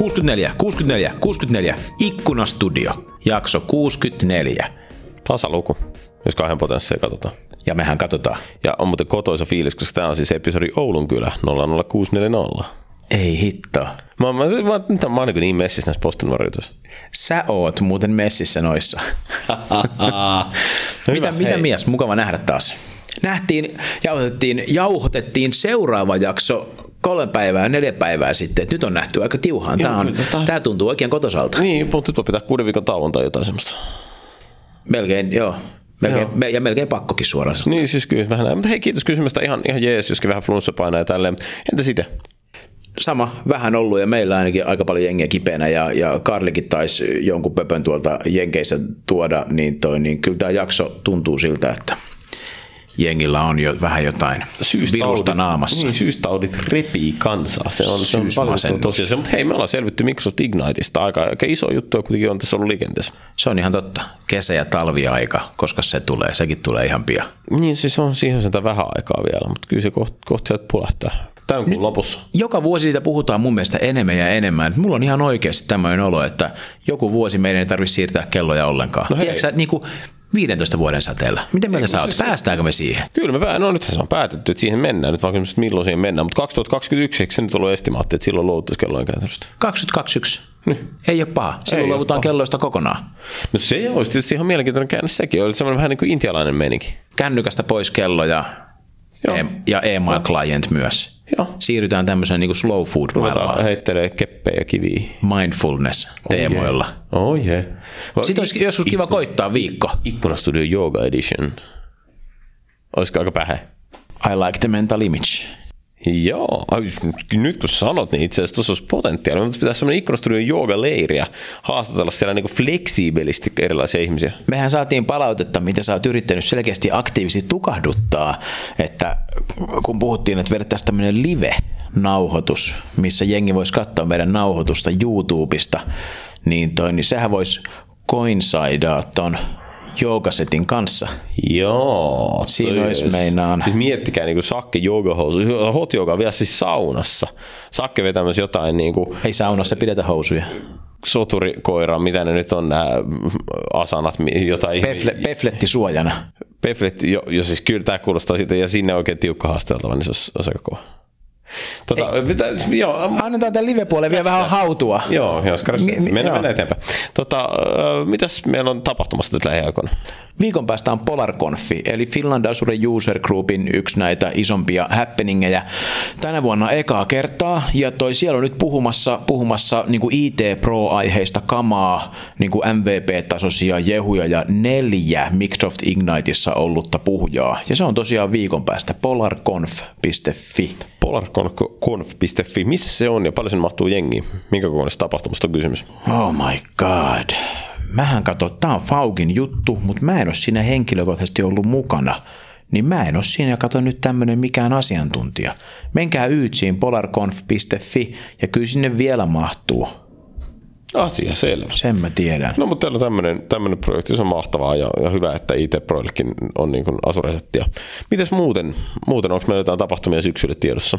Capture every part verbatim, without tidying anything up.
kuusikymmentäneljä, kuusikymmentäneljä, kuusikymmentäneljä. Ikkunastudio, jakso kuusikymmentäneljä. Tasaluku, jos kahden potenssiin katsotaan. Ja mehän katsotaan. Ja on muuten kotoisa fiilis, koska tämä on siis episodi Oulun kylä nolla nolla kuusi neljä nolla. Ei hitto. Mä, mä, mä, mä, mä oon niin, niin messissä näissä postinuorituissa. Sä oot muuten messissä noissa. mitä mitä mies, mukava nähdä taas. Nähtiin, jauhotettiin, jauhotettiin seuraava jakso kolme päivää, neljä päivää sitten. Nyt on nähty aika tiuhaan. Tämä, on, tämä tuntuu oikein kotosalta. Niin, mutta nyt pitää kuuden viikon tauon tai jotain semmoista. Melkein, joo. Melkein, joo. Ja melkein pakkokin suoraan. Niin, siis kyllä vähän näin. Mutta hei, kiitos kysymästä. Ihan, ihan jees, joskin vähän flunssa painaa ja tälleen. Entä sitten? Sama, vähän ollut ja meillä ainakin aika paljon jengiä kipeänä ja, ja Karlikin taisi jonkun pöpön tuolta Jenkeissä tuoda, niin, toi, niin kyllä tämä jakso tuntuu siltä, että jengillä on jo vähän jotain virusta naamassa. Niin, syystaudit repii kansaa. Se on, se on paljon tosiaan. Mutta hei, me ollaan selvitty Microsoft Igniteista. Aika, aika iso juttu kuitenkin on tässä ollut liikenteessä. Se on ihan totta. Kesä- ja talviaika, koska se tulee. Sekin tulee ihan pian. Niin, siis on siihen sitä vähän aikaa vielä, mutta kyllä se kohta koht sieltä pulahtaa. Tämän kuun lopussa. Joka vuosi siitä puhutaan mun mielestä enemmän ja enemmän. Mulla on ihan oikeasti tämmöinen olo, että joku vuosi meidän ei tarvitse siirtää kelloja ollenkaan. No tiedätkö sä, niin kuin viidentoista vuoden säteellä. Miten mieltä sä oot? Päästäänkö me siihen? Kyllä me pää... No nythän se on päätetty, että siihen mennään. Nyt vaan kysymys, milloin siihen mennään. Mutta kaksituhattakaksikymmentäyksi, eikö se nyt ollut estimaatti, että silloin luovuttaisiin kellojen käytännöstä? kaksituhattakaksikymmentäyksi. Niin. Ei ole paha. Silloin luovutaan kelloista kokonaan. No se olisi tietysti ihan mielenkiintoinen käänne sekin. Oli semmoinen vähän niin kuin intialainen meininki. Kännykästä pois kello ja, e- ja email client myös. Joo. Siirrytään tämmöiseen niin kuin slow food maailmaan. Heittelee keppejä ja kiviä. Mindfulness-teemoilla. Oh yeah. Oh yeah. Well, Sitten olisi joskus kiva koittaa viikko. Ikkunastudio Yoga Edition. Olisiko aika pähe? I like the mental image. Joo, nyt kun sanot, niin itse asiassa tuossa olisi potentiaalia. Mutta pitäisi sellainen Ikkunastudion jooga-leiri ja haastatella siellä niin kuin fleksiibelisti erilaisia ihmisiä. Mehän saatiin palautetta, mitä sä oot yrittänyt selkeästi aktiivisesti tukahduttaa, että kun puhuttiin, että vedettäisiin tämmöinen live-nauhoitus, missä jengi voisi katsoa meidän nauhoitusta YouTubesta, niin, toi, niin sehän voisi coincidaa ton joogasetin kanssa. Joo. Siinä olisi meinaan. Siis miettikää niin kuin Sakke joogahousu. Hot jooga vielä siis saunassa. Sakke vetämässä jotain niin kuin... Ei saunassa pidetä housuja. Soturikoira, mitä ne nyt on nämä asanat, jotain... Pefle, peflettisuojana. Pefletti, jo, jo siis kyllä tämä kuulostaa siitä, ja sinne oikein tiukka haasteltava, niin se olisi, olisi aika kova. Tota, pitä, joo, annetaan tämän live-puolen vielä vähän hautua. Joo, joo mennään, mennään eteenpäin. Tota, mitäs meillä on tapahtumassa tässä lähiaikoina? Viikon päästä on PolarConfi, eli Finland Azure User Groupin yksi näitä isompia happeningeja. Tänä vuonna ekaa kertaa, ja toi siellä on nyt puhumassa, puhumassa niin kuin I T-pro-aiheista kamaa, niin kuin M V P-tasoisia jehuja ja neljä Microsoft Igniteissa ollutta puhujaa. Ja se on tosiaan viikon päästä polarconf piste fi. polarconf piste fi. Missä se on ja paljon sen mahtuu jengiin? Minkä kokoisesta tapahtumasta on kysymys? Oh my god. Mähän katson, tää on Faugin juttu, mutta mä en ole siinä henkilökohtaisesti ollut mukana. Niin mä en ole siinä ja katso nyt tämmönen mikään asiantuntija. Menkää yytsiin polarconf piste fi ja kyllä sinne vielä mahtuu. Asia selvä. Sen mä tiedän. No mutta täällä on tämmönen, tämmönen projekti, se on mahtavaa ja, ja hyvä, että I T-proillekin on niin kuin Azure-settiä. Mites muuten? Muuten onko meillä jotain tapahtumia syksylle tiedossa?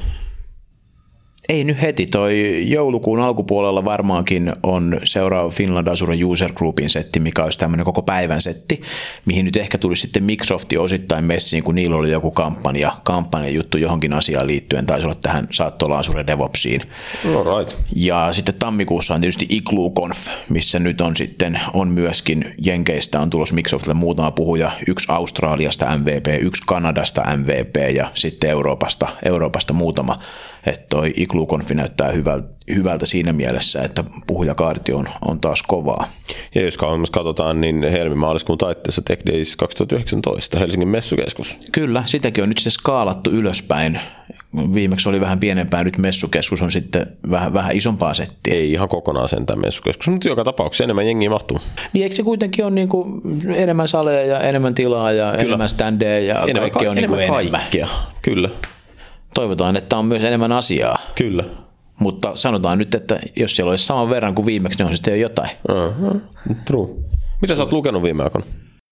Ei nyt heti. Toi joulukuun alkupuolella varmaankin on seuraava Finland Azure User Groupin setti, mikä olisi tämmöinen koko päivän setti, mihin nyt ehkä tuli sitten Microsofti osittain messiin, kun niillä oli joku kampanja, kampanjajuttu johonkin asiaan liittyen, taisi olla tähän, saattoi olla Azure DevOpsiin. All right. Ja sitten tammikuussa on tietysti IgluConf, missä nyt on sitten, on myöskin Jenkeistä on tulossa Microsoftille muutama puhuja, yksi Australiasta M V P, yksi Kanadasta M V P ja sitten Euroopasta, Euroopasta muutama. Että toi IgluConfi näyttää hyvältä, hyvältä siinä mielessä, että puhujakaarti on, on taas kovaa. Ja jos kauemmas katsotaan, niin helmimaaliskuun taitteessa Tech Days kaksituhattayhdeksäntoista Helsingin messukeskus. Kyllä, sitäkin on nyt sitten skaalattu ylöspäin. Viimeksi oli vähän pienempää, nyt messukeskus on sitten vähän, vähän isompaa settiä. Ei ihan kokonaan sentään messukeskus, mutta joka tapauksessa enemmän jengiä mahtuu. Niin eikö se kuitenkin ole niin kuin enemmän saleja ja enemmän tilaa ja Kyllä. enemmän standeja ja enemmän, kaikki on enemmän, niin kuin enemmän. Kaikkea. Kyllä. Toivotaan, että on myös enemmän asiaa. Kyllä. Mutta sanotaan nyt, että jos siellä olisi saman verran kuin viimeksi, niin on sitten jo jotain. Uh-huh. True. Mitä sä oot lukenut viime aikoina?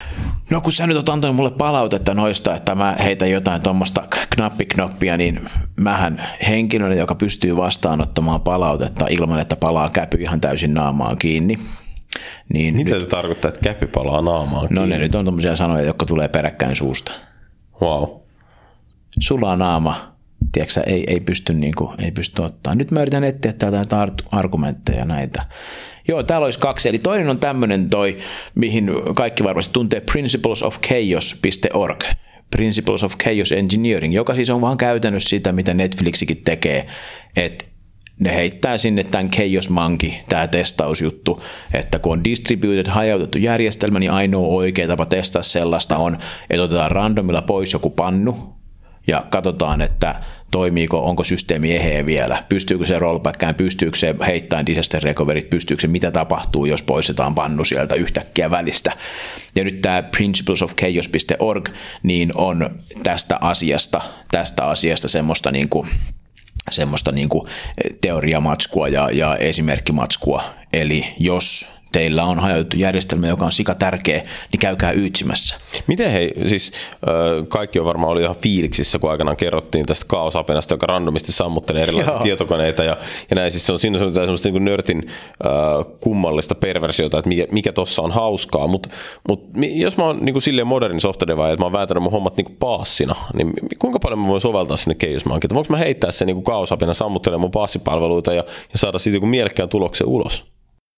No kun sä nyt oot antanut mulle palautetta noista, että mä heitän jotain tuommoista knappiknoppia, niin mähän henkilönä, joka pystyy vastaanottamaan palautetta ilman, että palaa käpy ihan täysin naamaan kiinni. Niin mitä nyt, se tarkoittaa, että käpy palaa naamaan kiinni? No ne nyt on tommosia sanoja, jotka tulee peräkkäin suusta. Wow. Sulaa naama, tiedätkö, ei, ei, pysty, niin kuin, ei pysty ottaa. Nyt mä yritän etsiä täältä argumentteja näitä. Joo, täällä olisi kaksi. Eli toinen on tämmöinen toi, mihin kaikki varmasti tuntee principles of chaos dot org. Principles of Chaos Engineering, joka siis on vaan käytännössä sitä, mitä Netflixikin tekee, että ne heittää sinne tämän Chaos Monkey, tämä testausjuttu, että kun on distributed, hajautettu järjestelmä, niin ainoa oikea tapa testaa sellaista on, että otetaan randomilla pois joku pannu ja katsotaan, että toimiiko, onko systeemi eheä vielä, pystyykö se rollbackään, pystyykö se heittämään disaster recoveryt, pystyykö se, mitä tapahtuu, jos poistetaan pannu sieltä yhtäkkiä välistä. Ja nyt tämä principles of chaos dot org niin on tästä asiasta, tästä asiasta semmoista niin kuin semmoista niin kuin teoriamatskua ja, ja esimerkkimatskua. Eli jos teillä on hajautettu järjestelmä, joka on sika tärkeä, niin käykää yytsimässä. Miten hei, siis äh, kaikki on varmaan oli ihan fiiliksissä, kun aikanaan kerrottiin tästä kaosapenasta, joka randomisti sammuttelee erilaisia Joo. tietokoneita ja, ja näin. Siis se on siinä semmoista niin kuin nörtin äh, kummallista perversiota, että mikä, mikä tuossa on hauskaa. Mutta mut, jos mä oon niin kuin silleen moderni software, että mä oon vääntänyt mun hommat niin kuin paassina, niin kuinka paljon mä voin soveltaa sinne Chaos Monkeyta? Voinko mä heittää sen niin kuin kaosapena sammuttelemaan mun paassipalveluita ja, ja saada siitä joku mielekkään tuloksen ulos?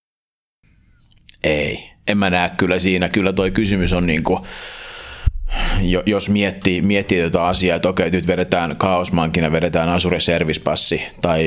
Ei, en mä näe kyllä siinä. Kyllä toi kysymys on niin kuin, jos miettii, miettii tätä asiaa, että okei, nyt vedetään Chaos Monkeynä, vedetään Azure Service Passi tai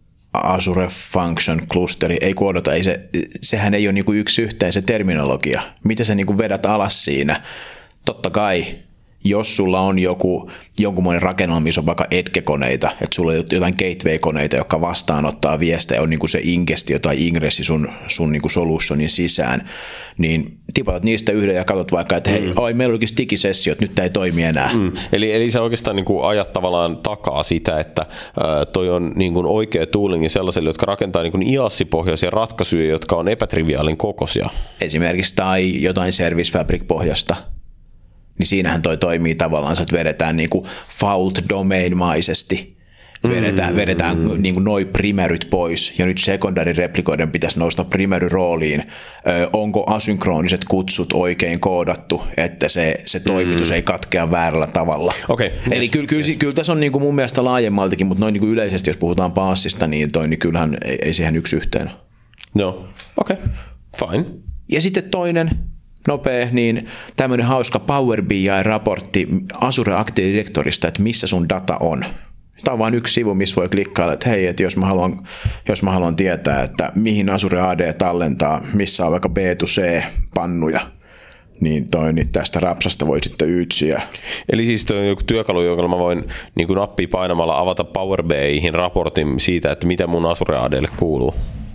Azure Function Clusteri, ei koodata, ei se, sehän ei ole niin kuin yksi yhteen se terminologia. Mitä sä niin kuin vedät alas siinä? Totta kai, jos sulla on joku, jonkunmoinen rakennelma, missä on vaikka Edge-koneita, että sulla on jotain gateway-koneita, jotka vastaanottaa viestejä, on niin kuin se ingestio tai ingressi sun, sun niin kuin solutionin sisään, niin tipatat niistä yhden ja katsot vaikka, että hei, mm. oi, meillä olikin sticky-sessiot, nyt tämä ei toimi enää. Mm. Eli, eli sä oikeastaan niin kuin ajat tavallaan takaa sitä, että ää, toi on niin kuin oikea toolingi sellaisille, jotka rakentaa niin kuin I A S-pohjaisia ratkaisuja, jotka on epätriviaalin kokoisia. Esimerkiksi tai jotain Service Fabric-pohjasta. Niin siinähän toi toimii tavallaan, että vedetään niinku fault domain-maisesti, vedetään, mm, vedetään mm. niinku noi primäryt pois, ja nyt secondary replikoiden pitäisi nousta primary-rooliin. Ö, onko asynkroniset kutsut oikein koodattu, että se, se toimitus mm. ei katkea väärällä tavalla. Okay, Eli yes, kyllä, kyllä, yes. kyllä tässä on niinku mun mielestä laajemmaltikin, mutta noin niinku yleisesti, jos puhutaan paassista, niin toi, niin kyllähän ei, ei siihen yksi yhteen. No, okei, okay. Fine. Ja sitten toinen, nopea, niin tämmöinen hauska Power B I-raportti Azure Active Directorysta, että missä sun data on. Tämä on vain yksi sivu, missä voi klikkailla, että hei, että jos mä haluan, jos mä haluan tietää, että mihin Azure A D tallentaa, missä on vaikka B to C-pannuja, niin, toi, niin tästä rapsasta voi sitten yytsiä. Eli siis toi on joku työkalu, jolla mä voin niin kuin nappia painamalla avata Power B I:hin raportin siitä, että mitä mun Azure A D:lle kuuluu.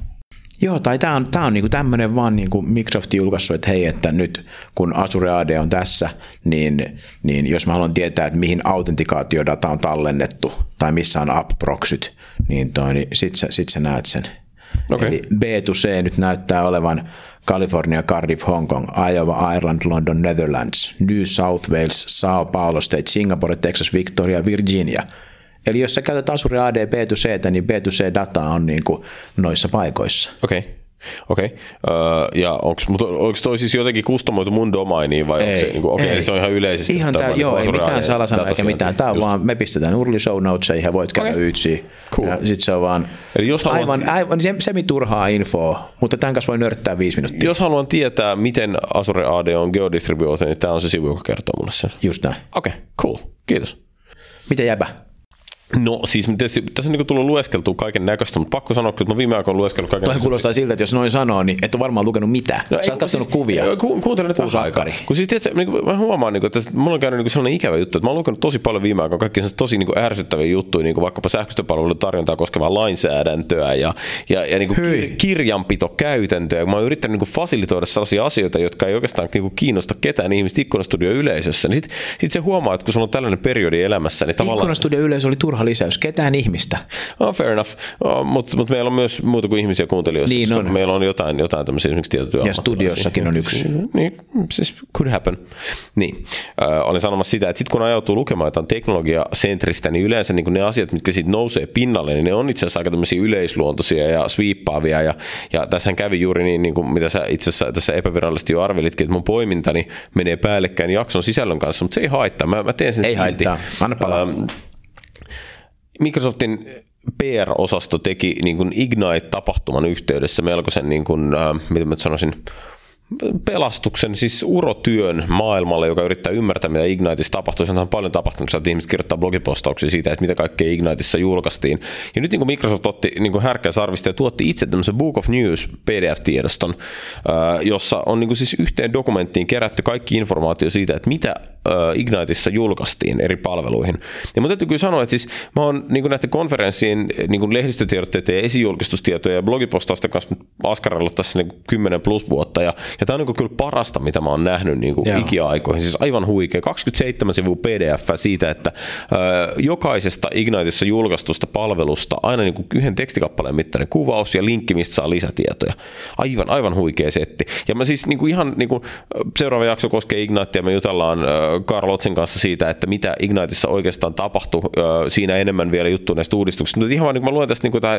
Joo, tai tämä on, tää on niinku tämmöinen vaan niinku Microsoft julkaissut, että hei, että nyt kun Azure A D on tässä, niin, niin jos mä haluan tietää, että mihin autentikaatiodata on tallennettu tai missä on app-proxyt, niin, niin sit, sä, sit sä näet sen. Okay. Eli B to C nyt näyttää olevan California, Cardiff, Hong Kong, Iowa, Ireland, London, Netherlands, New South Wales, Sao Paulo State, Singapore, Texas, Victoria, Virginia. Eli jos sä käytät Azure A D B to C:tä, niin B to C-data on niin kuin noissa paikoissa. Okei. Okay. Okei. Okay. Uh, ja onko toi siis jotenkin kustomoitu mun domainiin vai ei, onko se, niin kuin, okay, ei. se on ihan yleisesti? Ihan tää, joo, ei mitään salasanaa eikä mitään. Tämä on just vaan, me pistetään urli show notesiin ja voit käydä okay. yytsiä. Cool. Ja sit se on vaan eli jos haluan aivan, aivan semi-turhaa infoa, mutta tämän kanssa voi nörttää viisi minuuttia. Jos haluan tietää, miten Azure A D on geodistribuoitu, niin tämä on se sivu, joka kertoo mulle sen. Just näin. Okei, okay. Cool. Kiitos. Miten jäbä? No siis tietysti, tässä on niin tullut lueskeltua kaiken näköistä, mutta pakko sanoa, että mä viime aikoina lueskellut kaiken näköistä. Toi kuulostaa siltä, että jos noin sanoo, niin et ole varmaan lukenut mitään. No, sä oot katsonut siis kuvia. Ku, kuuntele nyt vähän aikaa. Kun siis tiedätkö, niin mä huomaan, niin että mulla on käynyt niin sellainen ikävä juttu, että mä oon lukenut tosi paljon viime aikoina kaikki tosi niin ärsyttäviä juttuja, niin vaikkapa sähköistöpalveluiden tarjontaa koskevaa lainsäädäntöä ja, ja, ja niin kir- kirjanpitokäytäntöä. Mä oon yrittänyt niin fasilitoida sellaisia asioita, jotka ei oikeastaan niin kiinnosta ketään ihmistä Ikkunastudio yleisössä. Niin sit, sit se huomaa, että kun sulla on tällainen periodi elämässä, niin tavallaan Ikkunastudio yleisö oli turha turha lisäys, ketään ihmistä. Oh, fair enough, oh, mutta mut meillä on myös muuta kuin ihmisiä kuuntelijoissa, niin on. Meillä on jotain, jotain tämmöisiä esimerkiksi tietotyöammattilaisia. Ja studiossakin on yksi. Niin, siis could happen. Niin, äh, olen sanomassa sitä, että sitten kun ajautuu lukemaan jotain teknologiasentristä, niin yleensä niin ne asiat, mitkä siitä nousee pinnalle, niin ne on itse asiassa aika tämmöisiä yleisluontoisia ja sweeppaavia, ja, ja tässähän kävi juuri niin, niin kuin mitä sä itse asiassa tässä epävirallisesti jo arvelitkin, että mun poimintani menee päällekkäin jakson sisällön kanssa, mutta se ei haittaa, mä, mä teen sen ei silti. haittaa, anna palaa. Ähm, Microsoftin P R-osasto teki niin kuin Ignite-tapahtuman yhteydessä melkoisen, niin kuin, äh, miten mä sanoisin, pelastuksen, siis urotyön maailmalle, joka yrittää ymmärtää, mitä Igniteissa tapahtuu. Se on paljon tapahtunut, että ihmiset kirjoittaa blogipostauksia siitä, että mitä kaikkea Igniteissa julkaistiin. Ja nyt niin kuin Microsoft otti niin härkää sarvista ja tuotti itse tämmöisen Book of News P D F-tiedoston, jossa on niin kuin siis yhteen dokumenttiin kerätty kaikki informaatio siitä, että mitä Igniteissa julkaistiin eri palveluihin. Ja mun täytyy kyllä sanoa, että siis mä oon niin kuin näiden konferenssien niin kuin lehdistötiedotteiden ja esijulkistustietoja ja blogipostausten kanssa askarellut tässä niin kuin kymmenen plus vuotta, ja Ja tämä on niin kyllä parasta, mitä mä oon nähnyt niin kuin ikiaikoihin. Siis aivan huikea. kaksikymmentäseitsemän sivua P D F siitä, että ö, jokaisesta Igniteissa julkaistusta palvelusta aina niin kuin yhden tekstikappaleen mittainen kuvaus ja linkki, mistä saa lisätietoja. Aivan, aivan huikea setti. Ja mä siis niin kuin ihan niin kuin, seuraava jakso koskee Ignitea. Me jutellaan ö, Karl Otsin kanssa siitä, että mitä Igniteissa oikeastaan tapahtui. Ö, siinä enemmän vielä juttua näistä uudistuksista. Mutta ihan vaan niin kuin mä luen tästä niin kuin tämä,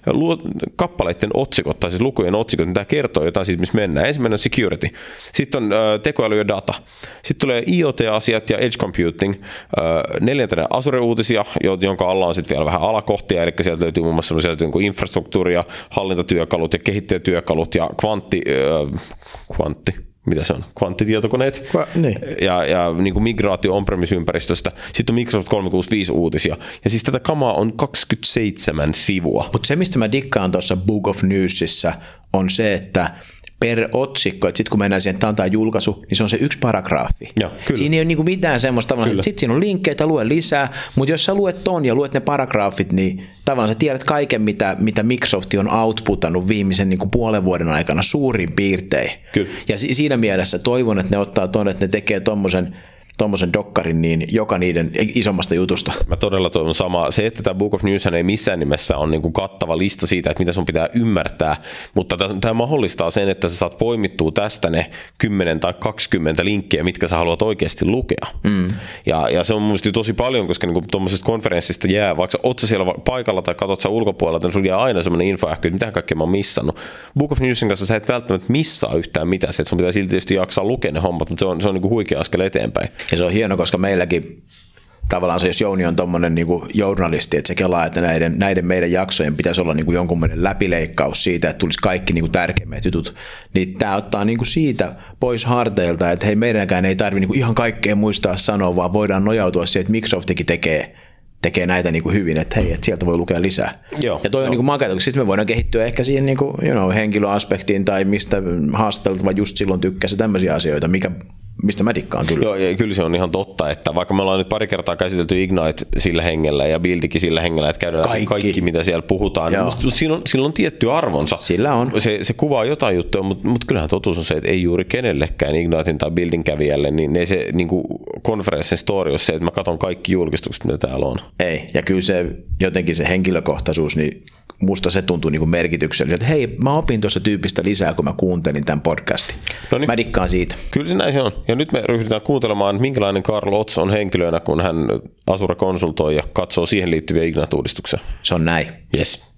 kappaleiden otsikot, tai siis lukujen otsikot, niin tämä kertoo jotain siitä, missä mennään. Ensimmäinen security. Sitten on äh, tekoäly ja data. Sitten tulee I O T-asiat ja edge computing. Äh, neljäntenä Azure-uutisia, jonka alla on sitten vielä vähän alakohtia, eli sieltä löytyy muun muassa sellaisia niin kuin infrastruktuuri ja hallintatyökalut ja kehittäjätyökalut ja kvantti, äh, kvantti, mitä se on? Kvanttitietokoneet Kva, niin. ja, ja niin kuin migraatio on-premise-ympäristöstä. Sitten on Microsoft kolmesataakuusikymmentäviisi uutisia. Ja siis tätä kamaa on kaksikymmentäseitsemän sivua. Mutta se, mistä mä dikkaan tuossa Book of Newsissa, on se, että per otsikko, että sitten kun mennään siihen, että tämä on tämä julkaisu, niin se on se yksi paragraafi. Joo, siinä ei ole niinku mitään semmoista, että sitten siinä on linkkeitä, lue lisää, mutta jos sä luet ton ja luet ne paragraafit, niin tavallaan sä tiedät kaiken, mitä, mitä Microsoft on outputannut viimeisen niinku puolen vuoden aikana suurin piirtein. Kyllä. Ja si- siinä mielessä toivon, että ne ottaa ton, että ne tekee tommosen tuommoisen dokkarin niin joka niiden isommasta jutusta. Mä todella toivon samaa. Se, että tämä Book of News ei missään nimessä on niin kuin kattava lista siitä, että mitä sun pitää ymmärtää, mutta tämä mahdollistaa sen, että sä saat poimittua tästä ne kymmenen tai kaksikymmentä linkkiä, mitkä sä haluat oikeasti lukea. Mm. Ja, ja se on mun mielestä tosi paljon, koska niin tuommoisesta konferenssista jää, vaikka oot sä siellä paikalla tai katot sä ulkopuolelta, niin sulla jää aina semmoinen infoähky, että mitä kaikkea mä oon missannut. Book of Newsin kanssa sä et välttämättä missaa yhtään mitään, että sun pitää silti tietysti jaksaa lukea ne hommat, mutta se on, se on niin kuin huikea askel eteenpäin. Ja se on hieno, koska meilläkin tavallaan se, jos Jouni on tommonen niinku journalisti, että se kelaa, että näiden, näiden meidän jaksojen pitäisi olla niinku jonkunlainen läpileikkaus siitä, että tulisi kaikki niinku tärkeimmät jutut, niin tämä ottaa niinku siitä pois harteilta, että hei, meidänkään ei tarvitse niinku ihan kaikkea muistaa sanoa, vaan voidaan nojautua siihen, että Microsoftikin tekee tekee näitä niinku hyvin, että hei, että sieltä voi lukea lisää. Joo, ja toi on niinku makeata, koska sitten me voidaan kehittyä ehkä siihen niinku, you know, henkilöaspektiin tai mistä haastateltava just silloin tykkäsi tämmöisiä asioita, mikä mistä mä dikkaan kyllä. Joo, ja kyllä se on ihan totta, että vaikka me ollaan nyt pari kertaa käsitelty Ignite sillä hengellä ja Buildikin sillä hengellä, että käydään kaikki, kaikki mitä siellä puhutaan, niin musta, siinä, on, sillä on tietty arvonsa. Sillä on. Se, se kuvaa jotain juttuja, mutta, mutta kyllähän totuus on se, että ei juuri kenellekään Ignitein tai Buildin kävijälle, niin ei se niin kuin konferenssin story on se, että mä katson kaikki julkistukset, mitä täällä on. Ei, ja kyllä se jotenkin se henkilökohtaisuus, niin musta se tuntuu niin kuin merkitykselliseltä, että hei, mä opin tuossa tyypistä lisää, kun mä kuuntelin tämän podcastin. Noniin. Mä dikkaan siitä. Kyllä se näin se on. Ja nyt me ryhdytään kuuntelemaan, minkälainen Karl Ots on henkilönä, kun hän Azure konsultoi ja katsoo siihen liittyviä Ignite-uudistuksia. Se on näin. Yes.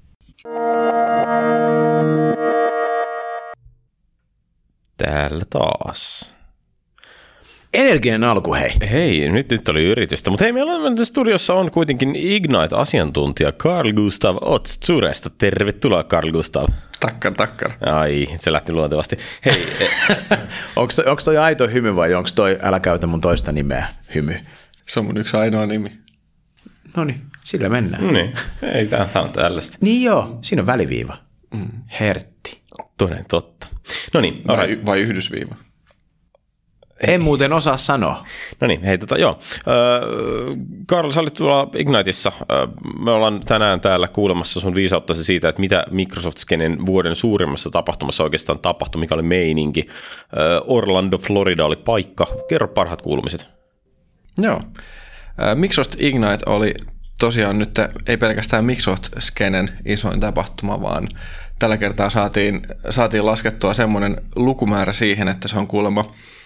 Täällä taas. Energinen alku, hei. Hei, nyt, nyt oli yritystä. Mutta hei, meillä on studiossa on kuitenkin Ignite-asiantuntija Carl Gustav Ots Zuresta. Tervetuloa, Carl Gustav. Takkar, takkar. Ai, se lähti luontevasti. Hei. onko, onko toi aito hymy vai onko toi, älä käytä mun toista nimeä, hymy? Se on mun yksi ainoa nimi. Noniin, sillä mennään. Niin, ei, tämä on tällaista. Niin joo, siinä on väliviiva. Mm. Hertti. Toden totta. No niin. Vai, vai yhdysviiva? En muuten osaa sanoa. No niin, hei tota, joo. Äh, Karl, sä olit tuolla Igniteissa. Äh, me ollaan tänään täällä kuulemassa sun viisauttasi siitä, että mitä Microsoft-skenen vuoden suurimmassa tapahtumassa oikeastaan tapahtui, mikä oli meininki. Äh, Orlando, Florida oli paikka. Kerro parhaat kuulumiset. Joo. Äh, Microsoft Ignite oli tosiaan nyt ei pelkästään Microsoft-skenen isoin tapahtuma, vaan tällä kertaa saatiin, saatiin laskettua semmoinen lukumäärä siihen, että se on kuulemma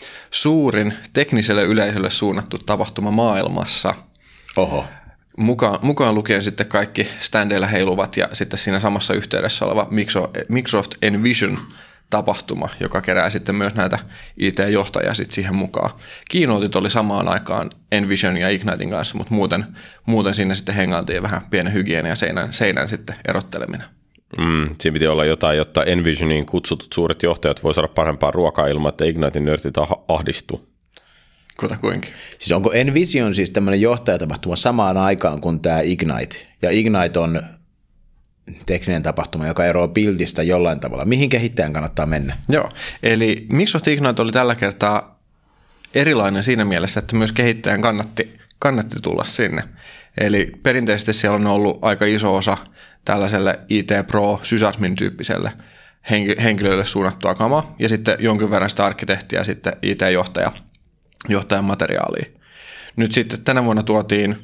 suurin tekniselle yleisölle suunnattu tapahtuma maailmassa. Oho. Mukaan, mukaan lukien sitten kaikki standeilla heiluvat ja sitten siinä samassa yhteydessä oleva Microsoft Envision-tapahtuma, joka kerää sitten myös näitä I T-johtajia sitten siihen mukaan. Keynoteit oli samaan aikaan Envision ja Ignitein kanssa, mutta muuten, muuten siinä sitten hengailtiin vähän pienen hygienia ja seinän, seinän sitten erotteleminen. Mm, siinä piti olla jotain, jotta Envisioniin kutsutut suuret johtajat voi saada parempaa ruokaa ilman, että Ignitein nörtit ahdistuu. Kutakuinkin. Siis onko Envision siis tämmöinen johtajatapahtuma samaan aikaan kuin tämä Ignite? Ja Ignite on tekninen tapahtuma, joka eroaa Buildista jollain tavalla. Mihin kehittäjän kannattaa mennä? Joo, eli Microsoft Ignite oli tällä kertaa erilainen siinä mielessä, että myös kehittäjän kannatti, kannatti tulla sinne. Eli perinteisesti siellä on ollut aika iso osa tällaiselle I T Pro sysasmin-tyyppiselle henkilöille suunnattua kamaa, ja sitten jonkin verran sitä arkkitehtiä ja sitten I T-johtaja, johtajan materiaalia. Nyt sitten tänä vuonna tuotiin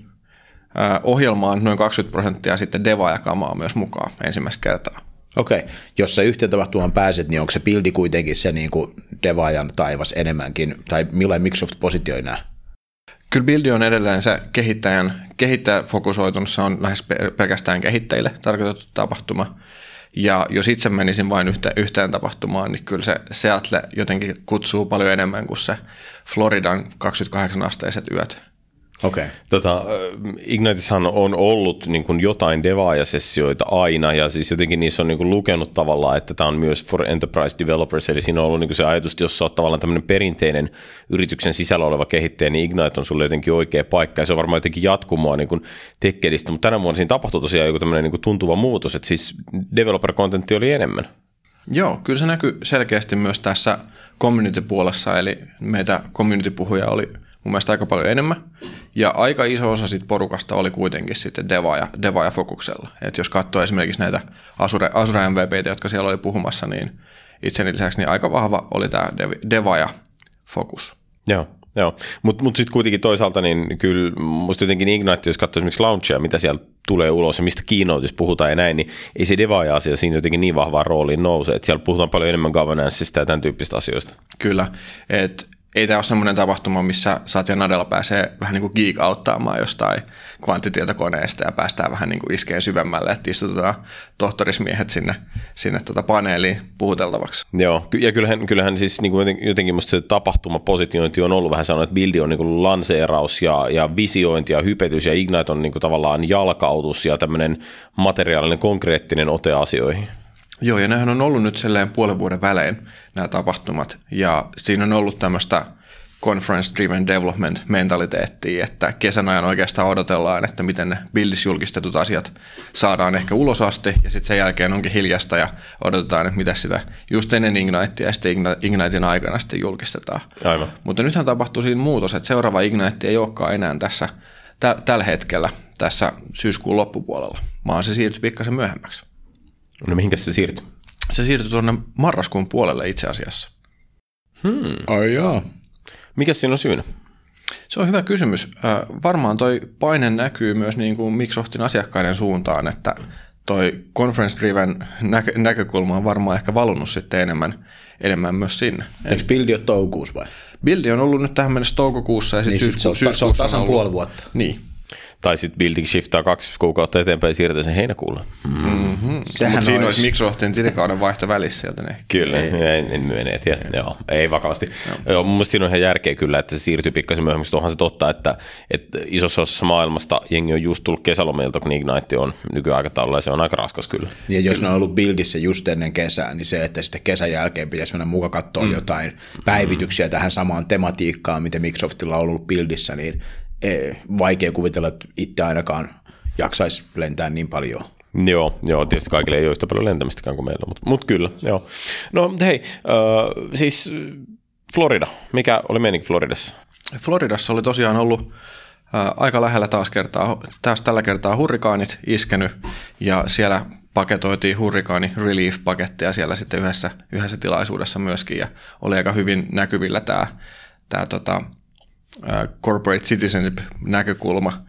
äh, ohjelmaan noin kaksikymmentä prosenttia sitten devaa ja kamaa myös mukaan ensimmäistä kertaa. Okei, jos sä yhteen tapahtumaan pääset, niin onko se buildi kuitenkin se niin kuin devaajan taivas enemmänkin, tai millainen Microsoft positioi nämä? Kyllä buildi on edelleen se kehittäjän, kehittäjäfokusoitunut, se on lähes pelkästään kehittäjille tarkoitettu tapahtuma. Ja jos itse menisin vain yhteen, yhteen tapahtumaan, niin kyllä se Seattle jotenkin kutsuu paljon enemmän kuin se Floridan kaksikymmentäkahdeksan asteiset yöt. Okei. Okay. Tota, Ignitissahan on ollut niin kuin jotain devaaja-sessioita aina, ja siis jotenkin niissä on niin kuin lukenut tavallaan, että tämä on myös for enterprise developers, eli siinä on ollut niin kuin se ajatus, että jos sä oot tavallaan tämmöinen perinteinen yrityksen sisällä oleva kehittäjä, niin Ignite on sulle jotenkin oikea paikka, ja se on varmaan jotenkin jatkumoa niin kuin tekkelistä, mutta tänä vuonna siinä tapahtui tosiaan joku tämmöinen niin kuin tuntuva muutos, että siis developer-kontentti oli enemmän. Joo, kyllä se näkyy selkeästi myös tässä community-puolessa, eli meitä community-puhuja oli mun mielestä aika paljon enemmän, ja aika iso osa siitä porukasta oli kuitenkin sitten devaaja, devaaja fokuksella. Et jos katsoo esimerkiksi näitä Azure, Azure M V P:tä, jotka siellä oli puhumassa, niin itseni lisäksi niin aika vahva oli tämä devaaja fokus. Joo. Joo, mutta mut sitten kuitenkin toisaalta niin kyllä musta jotenkin Ignite, jos katsoo esimerkiksi launchia, mitä siellä tulee ulos ja mistä keynoteissa puhutaan ja näin, niin ei se devaaja-asia siinä jotenkin niin vahvaan rooliin nouse, että siellä puhutaan paljon enemmän governanceista ja tämän tyyppistä asioista. Kyllä, että ei tämä ole semmoinen tapahtuma, missä Satya Nadella pääsee vähän niin kuin geek-auttaamaan jostain kvanttitietokoneesta ja päästään vähän niin kuin iskeen syvemmälle, että istutetaan tohtorismiehet sinne, sinne tuota paneeliin puhuteltavaksi. Joo, ja kyllähän, kyllähän siis niin kuin jotenkin musta se tapahtumapositiointi on ollut vähän sellainen, että buildi on niin kuin lanseeraus ja, ja visiointi ja hypetys ja Ignite on niin kuin tavallaan jalkautus ja tämmöinen materiaalinen konkreettinen ote asioihin. Joo, ja nämähän on ollut nyt selleen puolen vuoden välein nämä tapahtumat, ja siinä on ollut tämmöistä conference-driven development-mentaliteettia, että kesän ajan oikeastaan odotellaan, että miten ne buildissä julkistetut asiat saadaan ehkä ulos asti, ja sitten sen jälkeen onkin hiljasta, ja odotetaan, että mitä sitä just ennen Ignitea ja sitten Ignitein aikana sitten julkistetaan. Aivan. Mutta nythän tapahtuu siinä muutos, että seuraava Ignite ei olekaan enää tässä tä- tällä hetkellä, tässä syyskuun loppupuolella, vaan se siirtyi pikkasen myöhemmäksi. No mihinkä se siirtyi? Se siirtyi tuonne marraskuun puolelle itse asiassa. Hmm. Ai jaa. Mikäs siinä on syynä? Se on hyvä kysymys. Äh, varmaan toi paine näkyy myös niin kuin Microsoftin asiakkaiden suuntaan, että toi conference-driven näkö- näkökulma on varmaan ehkä valunut sitten enemmän, enemmän myös sinne. Eikö buildi ole toukokuussa vai? Buildi on ollut nyt tähän mennessä toukokuussa ja sitten niin syysku- sit se on, se on tasan puoli vuotta. Niin. Tai sitten building shiftaa kaksi kuukautta eteenpäin ja siirtää sen heinäkuulla. Mm-hmm. Sehän siinä olisi Microsoftin tilikauden vaihto välissä, joten ei. Kyllä, ei, en myönne, tiedä. Joo, ei vakavasti. Joo. Joo, mun mielestä siinä on ihan järkeä kyllä, että se siirtyy pikkasen myöhemmin, koska onhan se totta, että, että isossa osassa maailmasta jengi on just tullut kesälomilta, kun Ignite on nykyaikataululla ja se on aika raskas kyllä. Ja jos ne on ollut buildissä just ennen kesää, niin se, että sitten kesän jälkeen pitäisi mennä mukaan katsoa mm. jotain päivityksiä mm. tähän samaan tematiikkaan, mitä Microsoftilla on ollut buildissä, niin vaikea kuvitella, että itse ainakaan jaksaisi lentää niin paljon. Joo, joo, tietysti kaikille ei ole yhtä paljon lentämistäkään kuin meillä, mutta, mutta kyllä, joo. No hei, äh, siis Florida, mikä oli meininki Floridassa? Floridassa oli tosiaan ollut äh, aika lähellä taas, kertaa, taas tällä kertaa hurrikaanit iskenyt, ja siellä paketoitiin hurrikaani relief-paketteja siellä sitten yhdessä, yhdessä tilaisuudessa myöskin, ja oli aika hyvin näkyvillä tämä, tämä tota, corporate citizenship-näkökulma,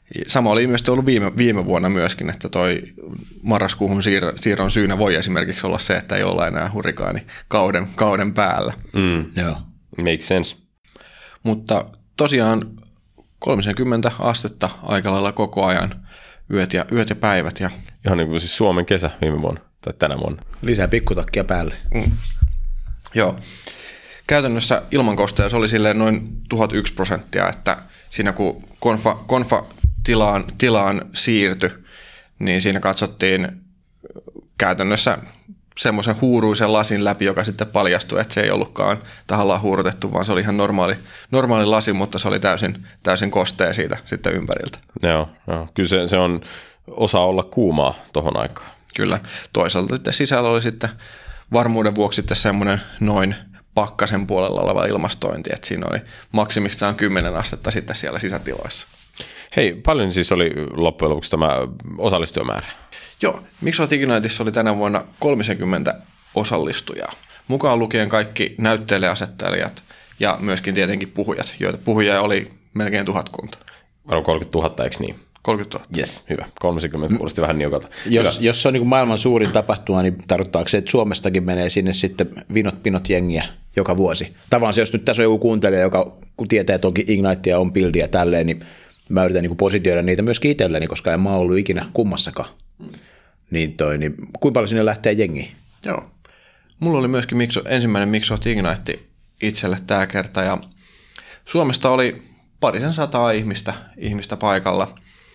Sama oli ilmeisesti ollut viime, viime vuonna myöskin, että toi marraskuuhun siir- siirron syynä voi esimerkiksi olla se, että ei olla enää hurrikaani kauden, kauden päällä. Mm. Joo. Makes sense. Mutta tosiaan kolmekymmentä astetta aika lailla koko ajan, yöt ja, yöt ja päivät. Ja ihan niin kuin siis Suomen kesä viime vuonna tai tänä vuonna. Lisää pikkutakkia päälle. Mm. Joo. Käytännössä ilmankosteus oli silleen noin tuhat yksi prosenttia, että siinä kun konfa, konfa tilaan, tilaan siirtyi, niin siinä katsottiin käytännössä semmoisen huuruisen lasin läpi, joka sitten paljastui, että se ei ollutkaan tahallaan huurutettu, vaan se oli ihan normaali, normaali lasi, mutta se oli täysin, täysin kostea siitä sitten ympäriltä. Joo, joo. Kyllä se, se on osa olla kuumaa tuohon aikaan. Kyllä. Toisaalta sitten sisällä oli sitten varmuuden vuoksi sitten semmoinen noin pakkasen puolella oleva ilmastointi, että siinä oli maksimissaan kymmenen astetta sitten siellä sisätiloissa. Hei, paljon siis oli loppujen lopuksi tämä osallistujamäärä? Joo, Microsoft Igniteissa oli tänä vuonna kolmekymmentä osallistujaa, mukaan lukien kaikki näyttelijäasettelijat ja myöskin tietenkin puhujat, joita puhujia oli melkein tuhatkunta. Varmaan kolmekymmentätuhatta, eikö niin? kolmekymmentätuhatta. Yes, hyvä. kolmekymmentä kuulosti mm. vähän niukalta. Jos, jos se on niin kuin maailman suurin tapahtuma, niin tarkoittaako se, että Suomestakin menee sinne sitten vinot pinot jengiä joka vuosi? Tavallaan se, jos nyt tässä on joku kuuntelija, joka kun tietää, että onkin Ignitea, on buildia ja tälleen, niin mä yritän niin kuin positioida niitä myöskin itselleni, koska en mä ollut ikinä kummassakaan. Mm. Niin toi, niin kuinka paljon sinne lähtee jengiin? Joo. Mulla oli myöskin Microsoft, ensimmäinen Microsoft Ignite itselle tämä kerta, ja Suomesta oli parisen sataa ihmistä, ihmistä paikalla.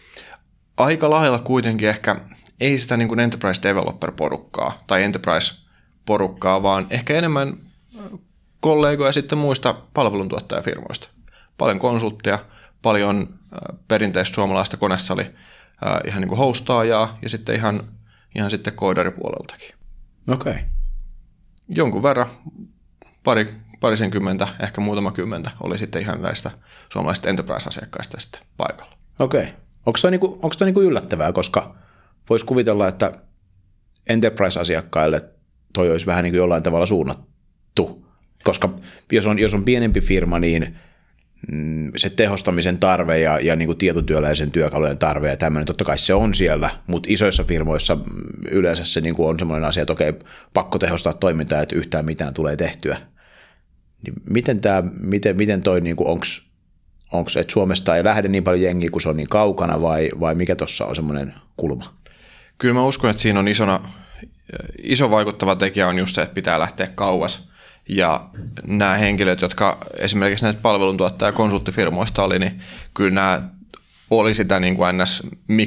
Aika lailla kuitenkin ehkä ei sitä niin kuin enterprise developer-porukkaa tai enterprise-porukkaa, vaan ehkä enemmän kollegoja sitten muista palveluntuottajafirmoista. Paljon konsultteja, paljon perinteistä suomalaista koneessa oli ihan niin kuin hostaajaa ja sitten ihan, ihan sitten koodaripuoleltakin. Okei. Okay. Jonkun verran, pari, parisenkymmentä, ehkä muutama kymmentä oli sitten ihan näistä suomalaisista enterprise-asiakkaista sitten paikalla. Okei. Okay. Onko toi, niinku, onko toi niinku yllättävää, koska voisi kuvitella, että enterprise-asiakkaille toi olisi vähän niin kuin jollain tavalla suunnattu, koska jos on, jos on pienempi firma, niin mm, se tehostamisen tarve ja, ja niin kuin tietotyöläisen työkalujen tarve ja tämmöinen, totta kai se on siellä, mutta isoissa firmoissa yleensä se niin kuin on semmoinen asia, että okei, pakko tehostaa toimintaa, että yhtään mitään tulee tehtyä. Niin miten, tämä, miten, miten toi, niin kuin, onko Onko se, että Suomesta ei lähde niin paljon jengiä, kun se on niin kaukana, vai, vai mikä tuossa on semmoinen kulma? Kyllä mä uskon, että siinä on isona, iso vaikuttava tekijä on just se, että pitää lähteä kauas. Ja nämä henkilöt, jotka esimerkiksi näistä palveluntuottaja- ja konsulttifirmoista oli, niin kyllä nämä oli sitä niin kuin ns.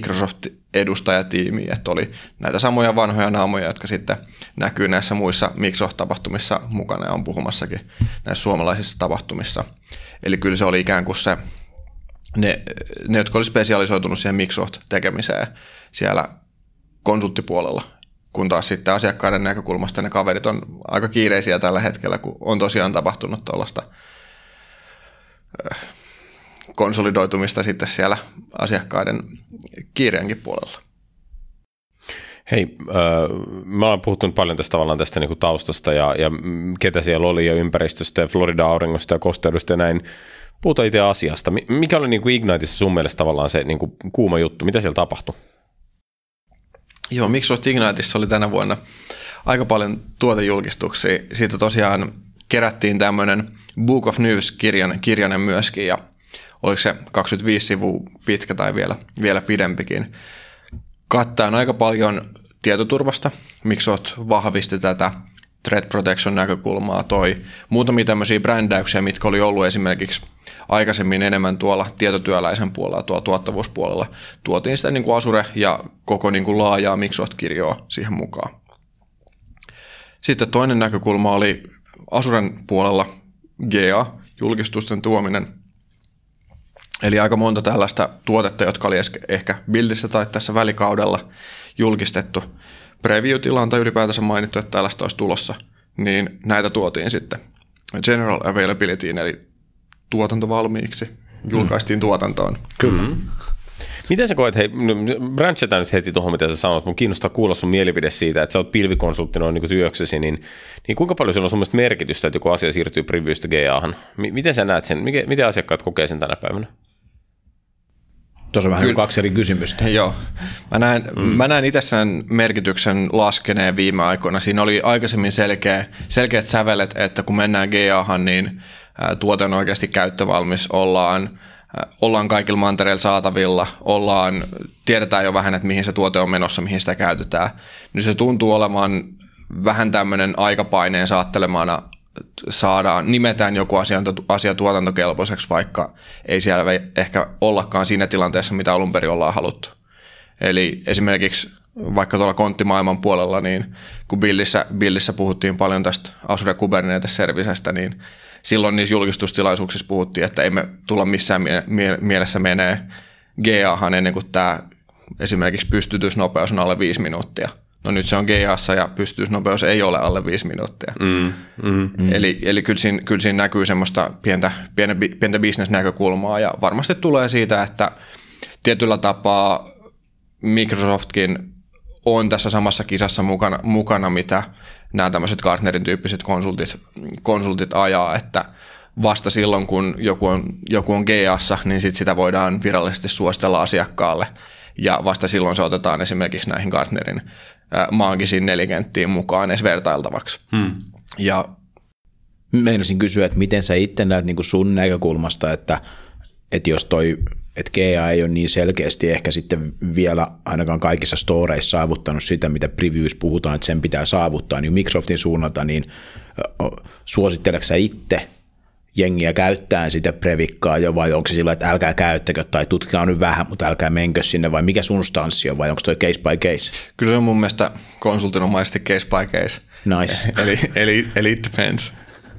Microsoft-edustajatiimiä, että oli näitä samoja vanhoja naamoja, jotka sitten näkyy näissä muissa Microsoft-tapahtumissa mukana ja on puhumassakin näissä suomalaisissa tapahtumissa. Eli kyllä se oli ikään kuin se, ne, ne jotka oli spesialisoitunut siihen Microsoft-tekemiseen siellä konsulttipuolella, kun taas sitten asiakkaiden näkökulmasta ne kaverit on aika kiireisiä tällä hetkellä, kun on tosiaan tapahtunut tuollaista konsolidoitumista sitten siellä asiakkaiden kiireenkin puolella. Hei, äh, me ollaan puhuttu paljon tästä tavallaan tästä niin kuin taustasta ja, ja ketä siellä oli ja ympäristöstä ja Florida-auringosta ja kosteudesta ja näin. Puhutaan itse asiasta. Mikä oli niin kuin Igniteissa sun mielestä tavallaan se niin kuin kuuma juttu? Mitä siellä tapahtui? Joo, Microsoft Igniteissa oli tänä vuonna aika paljon tuotejulkistuksia. Siitä tosiaan kerättiin tämmöinen Book of News-kirjanen kirjanen myöskin ja oliko se kaksikymmentäviisi sivua pitkä tai vielä, vielä pidempikin. Kattaen aika paljon tietoturvasta. Microsoft vahvisti tätä threat protection näkökulmaa, toi muutamia tämmöisiä brändäyksiä, mitkä oli ollut esimerkiksi aikaisemmin enemmän tuolla tietotyöläisen puolella, tuolla tuottavuuspuolella. Tuotiin sitä niin kuin Azure ja koko niin kuin laajaa Microsoft-kirjoa siihen mukaan. Sitten toinen näkökulma oli Azuren puolella G A-julkistusten tuominen. Eli aika monta tällaista tuotetta, jotka oli ehkä buildissä tai tässä välikaudella julkistettu preview-tilaan tai ylipäätänsä mainittu, että tällaista olisi tulossa, niin näitä tuotiin sitten general availabilityin, eli tuotanto valmiiksi, julkaistiin mm. tuotantoon. Kyllä. Mm. Miten sä koet, hei, branchetaan nyt heti tuohon, mitä sä sanot, mun kiinnostaa kuulla sun mielipide siitä, että sä oot pilvikonsultti noin niin työksesi, niin, niin kuinka paljon sillä on sun mielestä merkitystä, että joku asia siirtyy previewstä G A:han? Miten sä näet sen, miten asiakkaat kokee sen tänä päivänä? Tuossa on vähän Kyllä. kaksi eri kysymystä. Joo. Mä näen, mm. mä näen itse sen merkityksen laskeneen viime aikoina. Siinä oli aikaisemmin selkeä, selkeät sävelet, että kun mennään G A:han, niin ä, tuote on oikeasti käyttövalmis, ollaan, ä, ollaan kaikilla mantereilla saatavilla, ollaan, tiedetään jo vähän, että mihin se tuote on menossa, mihin sitä käytetään. Nyt se tuntuu olevan vähän tämmöinen aikapaineen saattelemana, saadaan, nimetään joku asia, asia tuotantokelpoiseksi, vaikka ei siellä ehkä ollakaan siinä tilanteessa, mitä alun perin ollaan haluttu. Eli esimerkiksi vaikka tuolla konttimaailman puolella, niin kun Billissä, Billissä puhuttiin paljon tästä Azure Kubernetes-servicestä, niin silloin niissä julkistustilaisuuksissa puhuttiin, että emme tulla missään mie- mie- mielessä menee G A:han ennen kuin tämä esimerkiksi pystytysnopeus on alle viisi minuuttia. No nyt se on G A:ssa ja pystytysnopeus ei ole alle viisi minuuttia. Mm, mm, mm. Eli, eli kyllä, siinä, kyllä siinä näkyy semmoista pientä, pientä, pientä bisnesnäkökulmaa ja varmasti tulee siitä, että tietyllä tapaa Microsoftkin on tässä samassa kisassa mukana, mukana mitä nämä tämmöiset Gartnerin tyyppiset konsultit, konsultit ajaa, että vasta silloin, kun joku on, joku on G A:ssa, niin sit sitä voidaan virallisesti suositella asiakkaalle. Ja vasta silloin se otetaan esimerkiksi näihin Gartnerin äh, maagisiin nelikenttiin mukaan edes vertailtavaksi. Hmm. Ja meinasin kysyä, että miten sä itse näet niin kuin sun näkökulmasta, että, että jos toi, että G A ei ole niin selkeästi ehkä sitten vielä ainakaan kaikissa storeissa saavuttanut sitä, mitä previews puhutaan, että sen pitää saavuttaa, niin Microsoftin suunnalta, niin suositteleksä sä itse jengiä käyttää sitä previkkaa jo, vai onko se sillä, että älkää käyttäkö tai tutkikaa nyt vähän, mutta älkää menkö sinne, vai mikä sun stanssi on, vai onko toi case by case? Kyllä se on mun mielestä konsultinomaisesti case by case. Nice. eli, eli, eli it depends.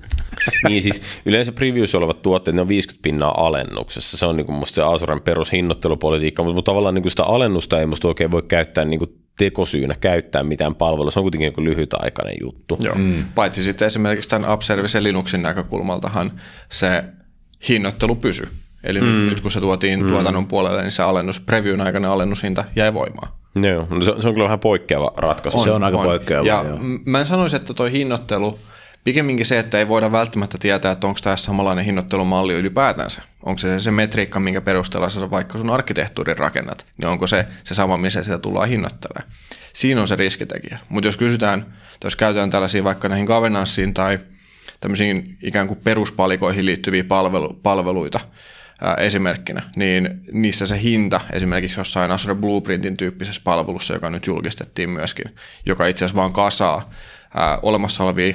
Niin siis yleensä previews olevat tuotteet, ne on viisikymmentä pinnaa alennuksessa. Se on niin kuin musta se Azuren perushinnoittelupolitiikka, mutta tavallaan niin kuin sitä alennusta ei musta oikein voi käyttää niin kuin tekosyynä käyttää mitään palvelua. Se on kuitenkin niin lyhytaikainen juttu. Joo. Mm. Paitsi sitten esimerkiksi tämän Upservice Linuxin näkökulmaltahan se hinnoittelu pysyy. Eli mm. nyt kun se tuotiin mm. tuotannon puolelle, niin se alennus, previewn aikainen alennushinta jäi voimaan. Joo, no se, se on kyllä vähän poikkeava ratkaisu. On, se on aika on. poikkeava. Ja joo. Mä en sanoisi, että toi hinnoittelu, pikemminkin se, että ei voida välttämättä tietää, että onko tämä samanlainen hinnoittelumalli ylipäätänsä. Onko se se metriikka, minkä perusteella sä vaikka sun arkkitehtuurin rakennat, niin onko se se sama, missä sitä tullaan hinnoittelemaan. Siinä on se riskitekijä. Mutta jos kysytään, jos käytetään tällaisia vaikka näihin governanssiin tai tämmöisiin ikään kuin peruspalikoihin liittyviä palvelu, palveluita ää, esimerkkinä, niin niissä se hinta esimerkiksi jossain Azure Blueprintin tyyppisessä palvelussa, joka nyt julkistettiin myöskin, joka itse asiassa vaan kasaa ää, olemassa olevia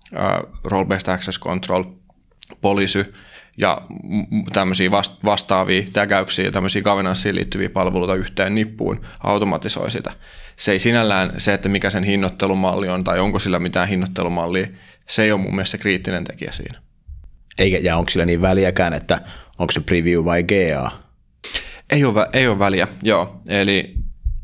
Uh, role-based access control, policy ja tämmöisiä vastaavia tägäyksiä ja tämmöisiä governanssiin liittyviä palveluita yhteen nippuun automatisoi sitä. Se ei sinällään se, että mikä sen hinnoittelumalli on tai onko sillä mitään hinnoittelumallia, se ei ole mun mielestä se kriittinen tekijä siinä. Eikä, ja onko sillä niin väliäkään, että onko se preview vai G A? Ei ole, ei ole väliä, joo. Eli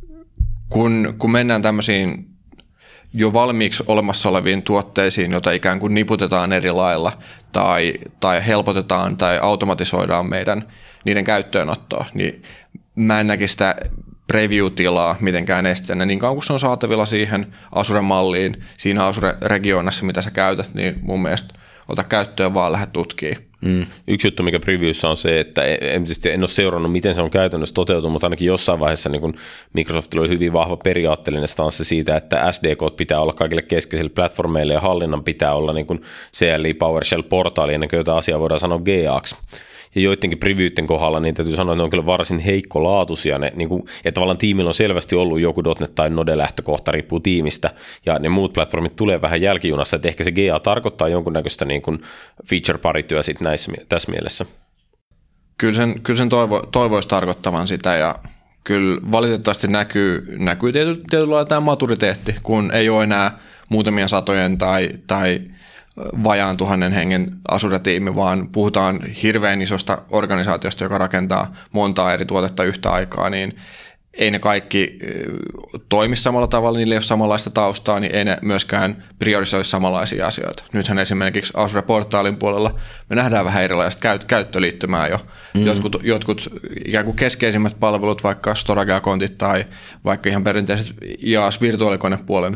kun, kun mennään tämmöisiin jo valmiiksi olemassa oleviin tuotteisiin, joita ikään kuin niputetaan eri lailla tai, tai helpotetaan tai automatisoidaan meidän niiden käyttöönottoa, niin mä en näkisi sitä preview-tilaa mitenkään esteenä. Niin kauan kuin se on saatavilla siihen Azure-malliin, siinä Azure-regionassa, mitä sä käytät, niin mun mielestä ota käyttöön vaan lähde tutkimaan. Mm. Yksi juttu, mikä previewssa on se, että en, en ole seurannut, miten se on käytännössä toteutunut, mutta ainakin jossain vaiheessa niin kun Microsoftilla oli hyvin vahva periaatteellinen stanssi siitä, että S D K pitää olla kaikille keskeisille platformeille ja hallinnan pitää olla niin kun C L I PowerShell-portaali, ennen kuin jotain asiaa voidaan sanoa G A:ksi. Ja joidenkin previewten kohdalla niin täytyy sanoa, että ne on kyllä varsin heikkolaatuisia. Ne, niin kuin, että tavallaan tiimillä on selvästi ollut joku .dot net tai Node-lähtökohta, riippuu tiimistä, ja ne muut platformit tulee vähän jälkijunassa, että ehkä se G A tarkoittaa jonkunnäköistä niin kuin feature-parityö sit näissä, tässä mielessä. Kyllä sen, kyllä sen toivo, toivoisi tarkoittavan sitä, ja kyllä valitettavasti näkyy, näkyy tietyllä, tietyllä lailla tämä maturiteetti, kun ei ole enää muutamia satojen tai, tai vajaan tuhannen hengen Azure-tiimi, vaan puhutaan hirveän isosta organisaatiosta, joka rakentaa montaa eri tuotetta yhtä aikaa, niin ei ne kaikki toimi samalla tavalla, niillä ei ole samanlaista taustaa, niin ei ne myöskään priorisoi samanlaisia asioita. Nythän esimerkiksi Azure-portaalin puolella me nähdään vähän erilaista käyt- käyttöliittymää jo. Mm. Jotkut, jotkut ikään kuin keskeisimmät palvelut, vaikka storage-akontit tai vaikka ihan perinteiset I A S-virtuaalikonepuolen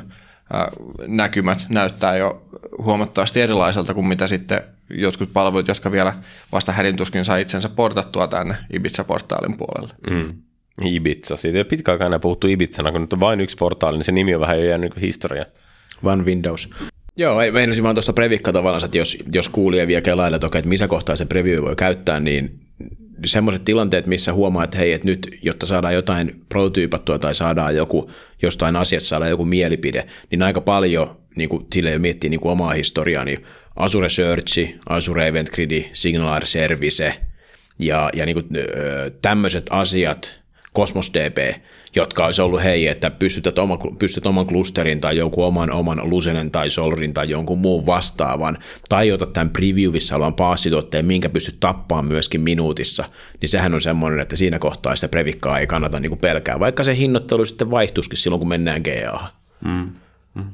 näkymät näyttää jo huomattavasti erilaiselta kuin mitä sitten jotkut palvelut, jotka vielä vasta hädintuskin saa itsensä portattua tänne Ibiza-portaalin puolelle. Mm. Ibiza. Siitä ei ole pitkä aikaa enää puhuttu Ibizana, kun nyt on vain yksi portaali, niin se nimi on vähän jo jäänyt historia. One Windows. Joo, meinasin vaan tuosta Previkka tavallaan, että jos, jos kuulija vielä kelailla, että, okei, että missä kohtaa se preview voi käyttää, niin semmoiset tilanteet, missä huomaa, että hei, että nyt, jotta saadaan jotain prototyypattua tai saadaan joku, jostain asiasta saadaan joku mielipide, niin aika paljon niin kuin, silleen miettii niin kuin omaa historiaa, niin Azure Search, Azure Event Grid, Signal Service ja, ja niin kuin, tämmöiset asiat, Cosmos D B, jotka olisi ollut hei, että pystytät, oma, pystyt oman klusterin tai joku oman, oman Lucenen tai Solarin tai jonkun muun vastaavan, tai otat tämän previewissa olevan paassituotteen, minkä pystyt tappaamaan myöskin minuutissa, niin sehän on semmoinen, että siinä kohtaa sitä Previkkaa ei kannata niin kuin pelkää, vaikka se hinnoittelu sitten vaihtuisikin silloin, kun mennään G A. Mm. Mm.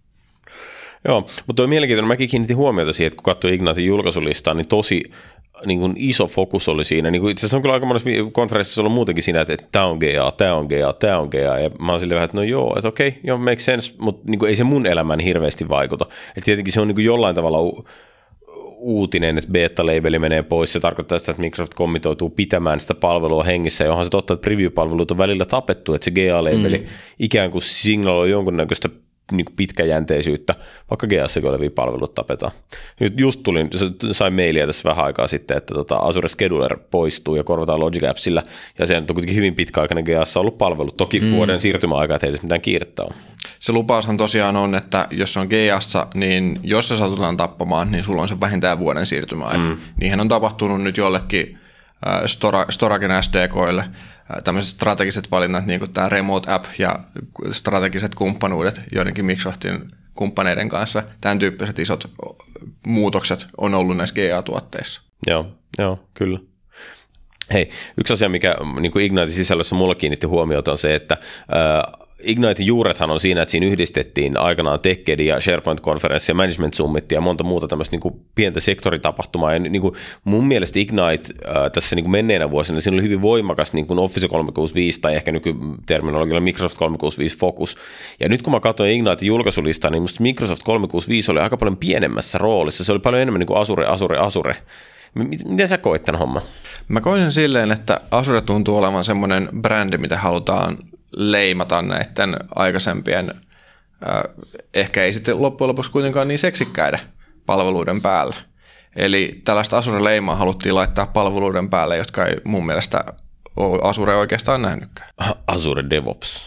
Joo, mutta on mielenkiintoinen. Mäkin kiinnitin huomiota siihen, että kun katsoin Ignitin julkaisulistaa, niin tosi niin kuin iso fokus oli siinä. Niin kuin itse asiassa on kyllä aika monessa konferenssissa ollut muutenkin siinä, että tämä on G A, tämä on G A, tämä on G A. Ja mä oon silleen vähän, että no joo, että okei, joo, make sense, mutta niin kuin ei se mun elämään hirveästi vaikuta. Että tietenkin se on niin kuin jollain tavalla u- uutinen, että beta-labeli menee pois. Se tarkoittaa sitä, että Microsoft kommitoituu pitämään sitä palvelua hengissä, johon se totta, että preview-palvelut on välillä tapettu, että se G A-labeli mm. ikään kuin signaloi jonkunnäköistä niin kuin pitkäjänteisyyttä, vaikka G A-ssa olevia palvelut tapetaan. Nyt just tulin, sain mailia tässä vähän aikaa sitten, että tota Azure Scheduler poistuu ja korvataan Logic Appsilla, ja se on kuitenkin hyvin pitkäaikainen G A-ssa ollut palvelu. Toki mm. vuoden siirtymäaika, että ei tässä mitään kiirettä ole. Se lupaushan tosiaan on, että jos on G A:ssa, niin jos se satutaan tappamaan, niin sulla on se vähintään vuoden siirtymäaika. Mm. Niinhän on tapahtunut nyt jollekin äh, Stora, Storagen S D K:ille, tämmöiset strategiset valinnat, niin kuin tämä Remote App ja strategiset kumppanuudet joidenkin Microsoftin kumppaneiden kanssa, tämän tyyppiset isot muutokset on ollut näissä G A-tuotteissa. Joo, joo, kyllä. Hei, yksi asia, mikä niin kuin Ignitin sisällössä mulla kiinnitti huomiota on se, että äh, Ignitin juurethan on siinä, että siinä yhdistettiin aikanaan TechEd ja SharePoint-konferenssi ja Management Summit ja monta muuta tämmöistä niin kuin pientä sektoritapahtumaa. Ja niin kuin mun mielestä Ignite äh, tässä niin kuin menneenä vuosina, siinä oli hyvin voimakas niin kuin Office kolmesataakuusikymmentäviisi tai ehkä nykyterminologialla Microsoft kolmesataakuusikymmentäviisi Focus. Ja nyt kun mä katsoin Ignitin julkaisulistaa, niin musta Microsoft kolmesataakuusikymmentäviisi oli aika paljon pienemmässä roolissa. Se oli paljon enemmän niin kuin Azure, Azure, Azure. Miten sä koit tämän homman? Mä koin sen silleen, että Azure tuntuu olevan semmoinen brändi, mitä halutaan leimata näiden aikaisempien, äh, ehkä ei sitten loppujen lopuksi kuitenkaan niin seksikkäiden palveluiden päälle. Eli tällaista Azure-leimaa haluttiin laittaa palveluiden päälle, jotka ei mun mielestä ole Azure oikeastaan nähnytkään. Azure DevOps.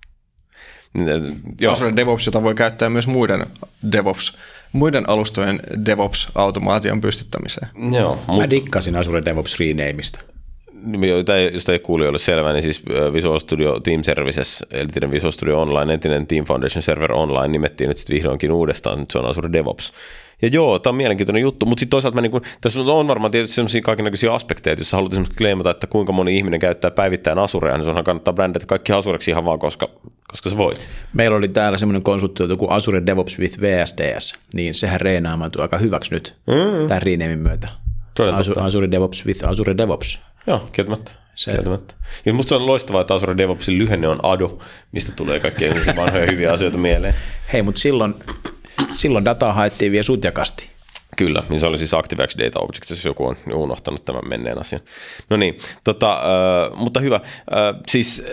Azure DevOps, jota voi käyttää myös muiden DevOps, muiden alustojen DevOps-automaation pystyttämiseen. Joo, Mä dikkasin Azure DevOps renameista. Jos ei kuulijoille selvää, niin siis Visual Studio Team Services, eli Visual Studio Online, entinen Team Foundation Server Online, nimettiin nyt sitten vihdoinkin uudestaan, nyt se on Azure DevOps. Ja joo, tämä on mielenkiintoinen juttu, mutta sitten toisaalta mä niin kun, tässä on varmaan tietysti sellaisia kaikennäköisiä aspekteja, että jos sä haluat esimerkiksi kleimata, että kuinka moni ihminen käyttää päivittäin Azurea, niin sunhan kannattaa brändätä kaikki Azureksi ihan vaan, koska, koska sä voit. Meillä oli täällä semmoinen konsultti kuin Azure DevOps with V S T S, niin sehän reenaamaantui aika hyväksi nyt mm-hmm. tämän renamen myötä. Azure, Azure DevOps with Azure DevOps. Joo, kieltämättä. kieltämättä. Ja musta on loistavaa, että Azure DevOpsin lyhenne on A D O, mistä tulee kaikkia vanhoja hyviä asioita mieleen. Hei, mutta silloin, silloin dataa haettiin vielä sutjakasti. Kyllä, niin se oli siis ActiveX Data Objects, jos joku on unohtanut tämän menneen asian. No niin, tota, äh, mutta hyvä. Äh, siis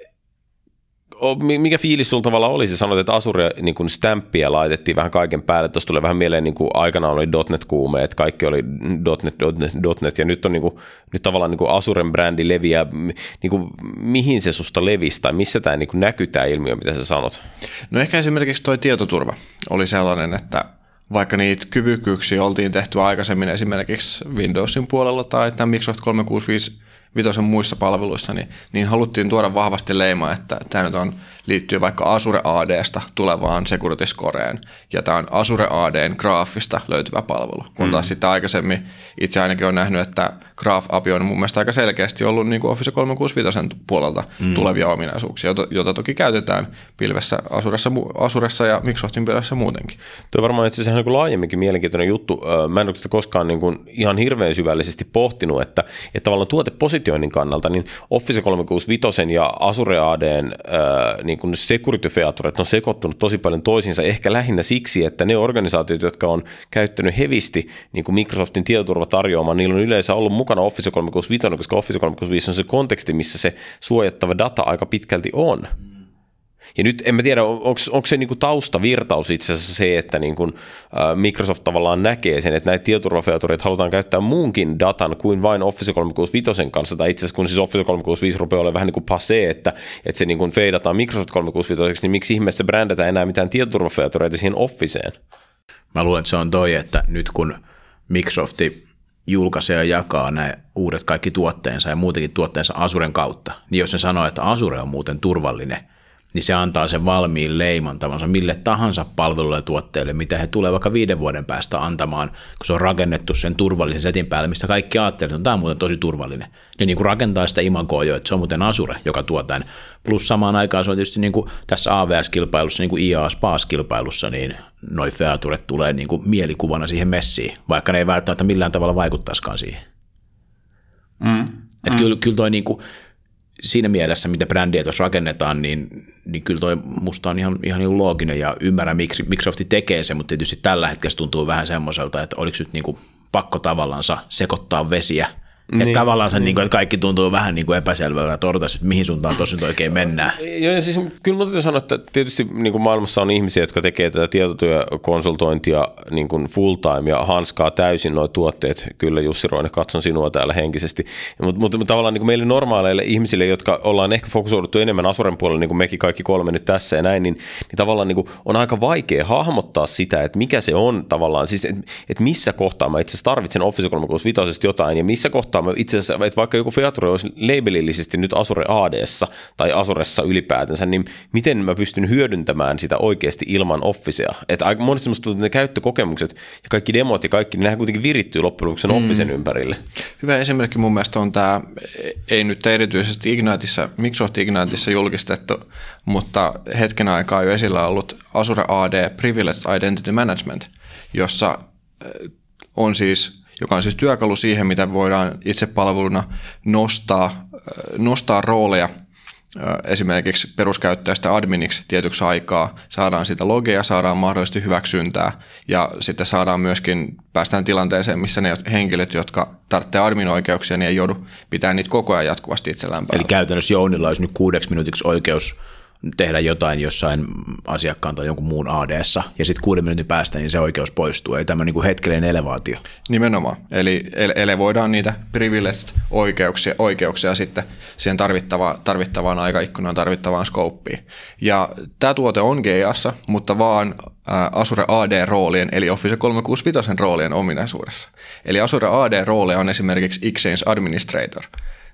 mikä fiilis sulla tavallaan oli? Sä sanoit, että Azure niin kuin stämppiä laitettiin vähän kaiken päälle. Tuossa tulee vähän mieleen, niin kuin aikanaan oli .NET-kuume, että kaikki oli .NET, .NET, .NET, ja nyt on niin kuin, nyt tavallaan niin kuin Azuren brändi leviää. Niin kuin, mihin se susta levisi, tai missä tämä niin kuin näkyy tämä ilmiö, mitä sä sanot? No ehkä esimerkiksi toi tietoturva oli sellainen, että vaikka niitä kyvykkyyksiä oltiin tehty aikaisemmin esimerkiksi Windowsin puolella tai tämän Microsoft kolmesataakuusikymmentäviisi Vitosen muissa palveluissa, niin, niin haluttiin tuoda vahvasti leimaa, että tämä nyt on, liittyy vaikka Azure A D:sta tulevaan Security Scoreen, ja tämä on Azure A D:n graafista löytyvä palvelu. Kun mm. taas sitten aikaisemmin itse ainakin on nähnyt, että Graph A P I on mun mielestä aika selkeästi ollut niin kuin Office kolmesataakuusikymmentäviisi puolelta mm. tulevia ominaisuuksia, jota, jota toki käytetään pilvessä Azuressa, Azuressa ja Microsoftin pilvessä muutenkin. Tuo varmaan itse asiassa niin laajemminkin mielenkiintoinen juttu. Mä en ole sitä koskaan niin kuin ihan hirveän syvällisesti pohtinut, että, että tavallaan tuotepositiivisuus positioinnin kannalta, niin Office kolmesataakuusikymmentäviisi ja Azure A D:n äh, niin kuin security-featuret on sekoittunut tosi paljon toisiinsa, ehkä lähinnä siksi, että ne organisaatiot, jotka on käyttänyt hevisti niin kuin Microsoftin tietoturvatarjoamaan, niillä on yleensä ollut mukana Office kolmesataakuusikymmentäviisi, koska Office kolmesataakuusikymmentäviisi on se konteksti, missä se suojattava data aika pitkälti on. Ja nyt en mä tiedä, onko se niinku taustavirtaus itse asiassa se, että niinku Microsoft tavallaan näkee sen, että näitä tietoturvafeatureita halutaan käyttää muunkin datan kuin vain Office kolmesataakuusikymmentäviisi kanssa, tai itse asiassa kun siis Office kolmesataakuusikymmentäviisi rupeaa olemaan vähän niin kuin passé, että, että se niinku feidataan Microsoft kolmesataakuusikymmentäviisi, niin miksi ihmeessä brändätään enää mitään tietoturvafeatureita siihen Officeen? Mä luulen, että se on toi, että nyt kun Microsofti julkaisee ja jakaa nämä uudet kaikki tuotteensa ja muutenkin tuotteensa Azuren kautta, niin jos se sanoo, että Azure on muuten turvallinen, niin se antaa sen valmiin leiman tavansa mille tahansa palvelulle ja tuotteelle, mitä he tulee vaikka viiden vuoden päästä antamaan, kun se on rakennettu sen turvallisen setin päälle, mistä kaikki ajattelevat, että tämä on muuten tosi turvallinen. Ne niin kuin rakentaa sitä imagoa jo, että se on muuten Azure, joka tuo tämän. Plus samaan aikaan se on tietysti niin kuin tässä A W S-kilpailussa, niin kuin I A S-PaaS-kilpailussa, niin noi featuret tulee niin kuin mielikuvana siihen messiin, vaikka ne ei välttämättä millään tavalla vaikuttaisikaan siihen. Mm. Että kyllä, kyllä toi niin kuin siinä mielessä, mitä brändiä tuossa rakennetaan, niin, niin kyllä toi musta on ihan, ihan niin looginen ja ymmärrän, miksi Microsoft tekee se, mutta tietysti tällä hetkellä tuntuu vähän semmoiselta, että oliko nyt niin kuin pakko tavallaan sekoittaa vesiä. Niin. Että tavallaan se, niin kuin, että kaikki tuntuu vähän niin kuin epäselvältä, että odotaisi, että mihin suuntaan tuossa nyt oikein mennään. Joo, ja siis kyllä mä täytyy sanoa, että tietysti niin kuin maailmassa on ihmisiä, jotka tekee tätä tietotyökonsultointia niin kuin full time ja hanskaa täysin nuo tuotteet. Kyllä Jussi Roine, katson sinua täällä henkisesti. Mutta mut, mut, tavallaan niin kuin meille normaaleille ihmisille, jotka ollaan ehkä fokusoiduttu enemmän Azuren puolelle, niin kuin mekin kaikki kolme nyt tässä ja näin, niin, niin tavallaan niin kuin on aika vaikea hahmottaa sitä, että mikä se on tavallaan, siis että et missä kohtaa mä itse asiassa tarvitsen Office kolmesataakuusikymmentäviisi jotain ja missä kohtaa itse asiassa, että vaikka joku feature olisi labelillisesti nyt Azure A D:ssä tai Azuressa ylipäätänsä, niin miten mä pystyn hyödyntämään sitä oikeasti ilman Officea? Että aika monesti musta tuntuu, että ne käyttökokemukset ja kaikki demot ja kaikki, niin nehän kuitenkin virittyy loppujen lopuksi sen Officen mm. ympärille. Hyvä esimerkki mun mielestä on tämä, ei nyt erityisesti Igniteissa, Microsoft Igniteissa julkistettu, mutta hetken aikaa jo esillä ollut Azure A D Privileged Identity Management, jossa on siis joka on siis työkalu siihen, mitä voidaan itse palveluna nostaa, nostaa rooleja esimerkiksi peruskäyttäjästä adminiksi tietyksi aikaa, saadaan sitä logeja, saadaan mahdollisesti hyväksyntää ja sitten saadaan myöskin, päästään tilanteeseen, missä ne henkilöt, jotka tarvitsevat admin-oikeuksia, niin ei joudu pitää niitä koko ajan jatkuvasti itsellään päällä. Eli käytännössä Jounilla olisi nyt kuudeksi minuutiksi oikeus tehdä jotain jossain asiakkaan tai jonkun muun A D:ssä, ja sitten kuuden minuutin päästä niin se oikeus poistuu. Ei tämä niin hetkellinen elevaatio. Nimenomaan. Eli elevoidaan niitä privileged oikeuksia, oikeuksia sitten siihen tarvittavaan, tarvittavaan aikaikkunaan, tarvittavaan skouppiin. Ja tämä tuote on G A:ssa, mutta vaan Azure A D-roolien, eli Office kolmesataakuusikymmentäviisi roolien ominaisuudessa. Eli Azure A D-rooleja on esimerkiksi Exchange Administrator.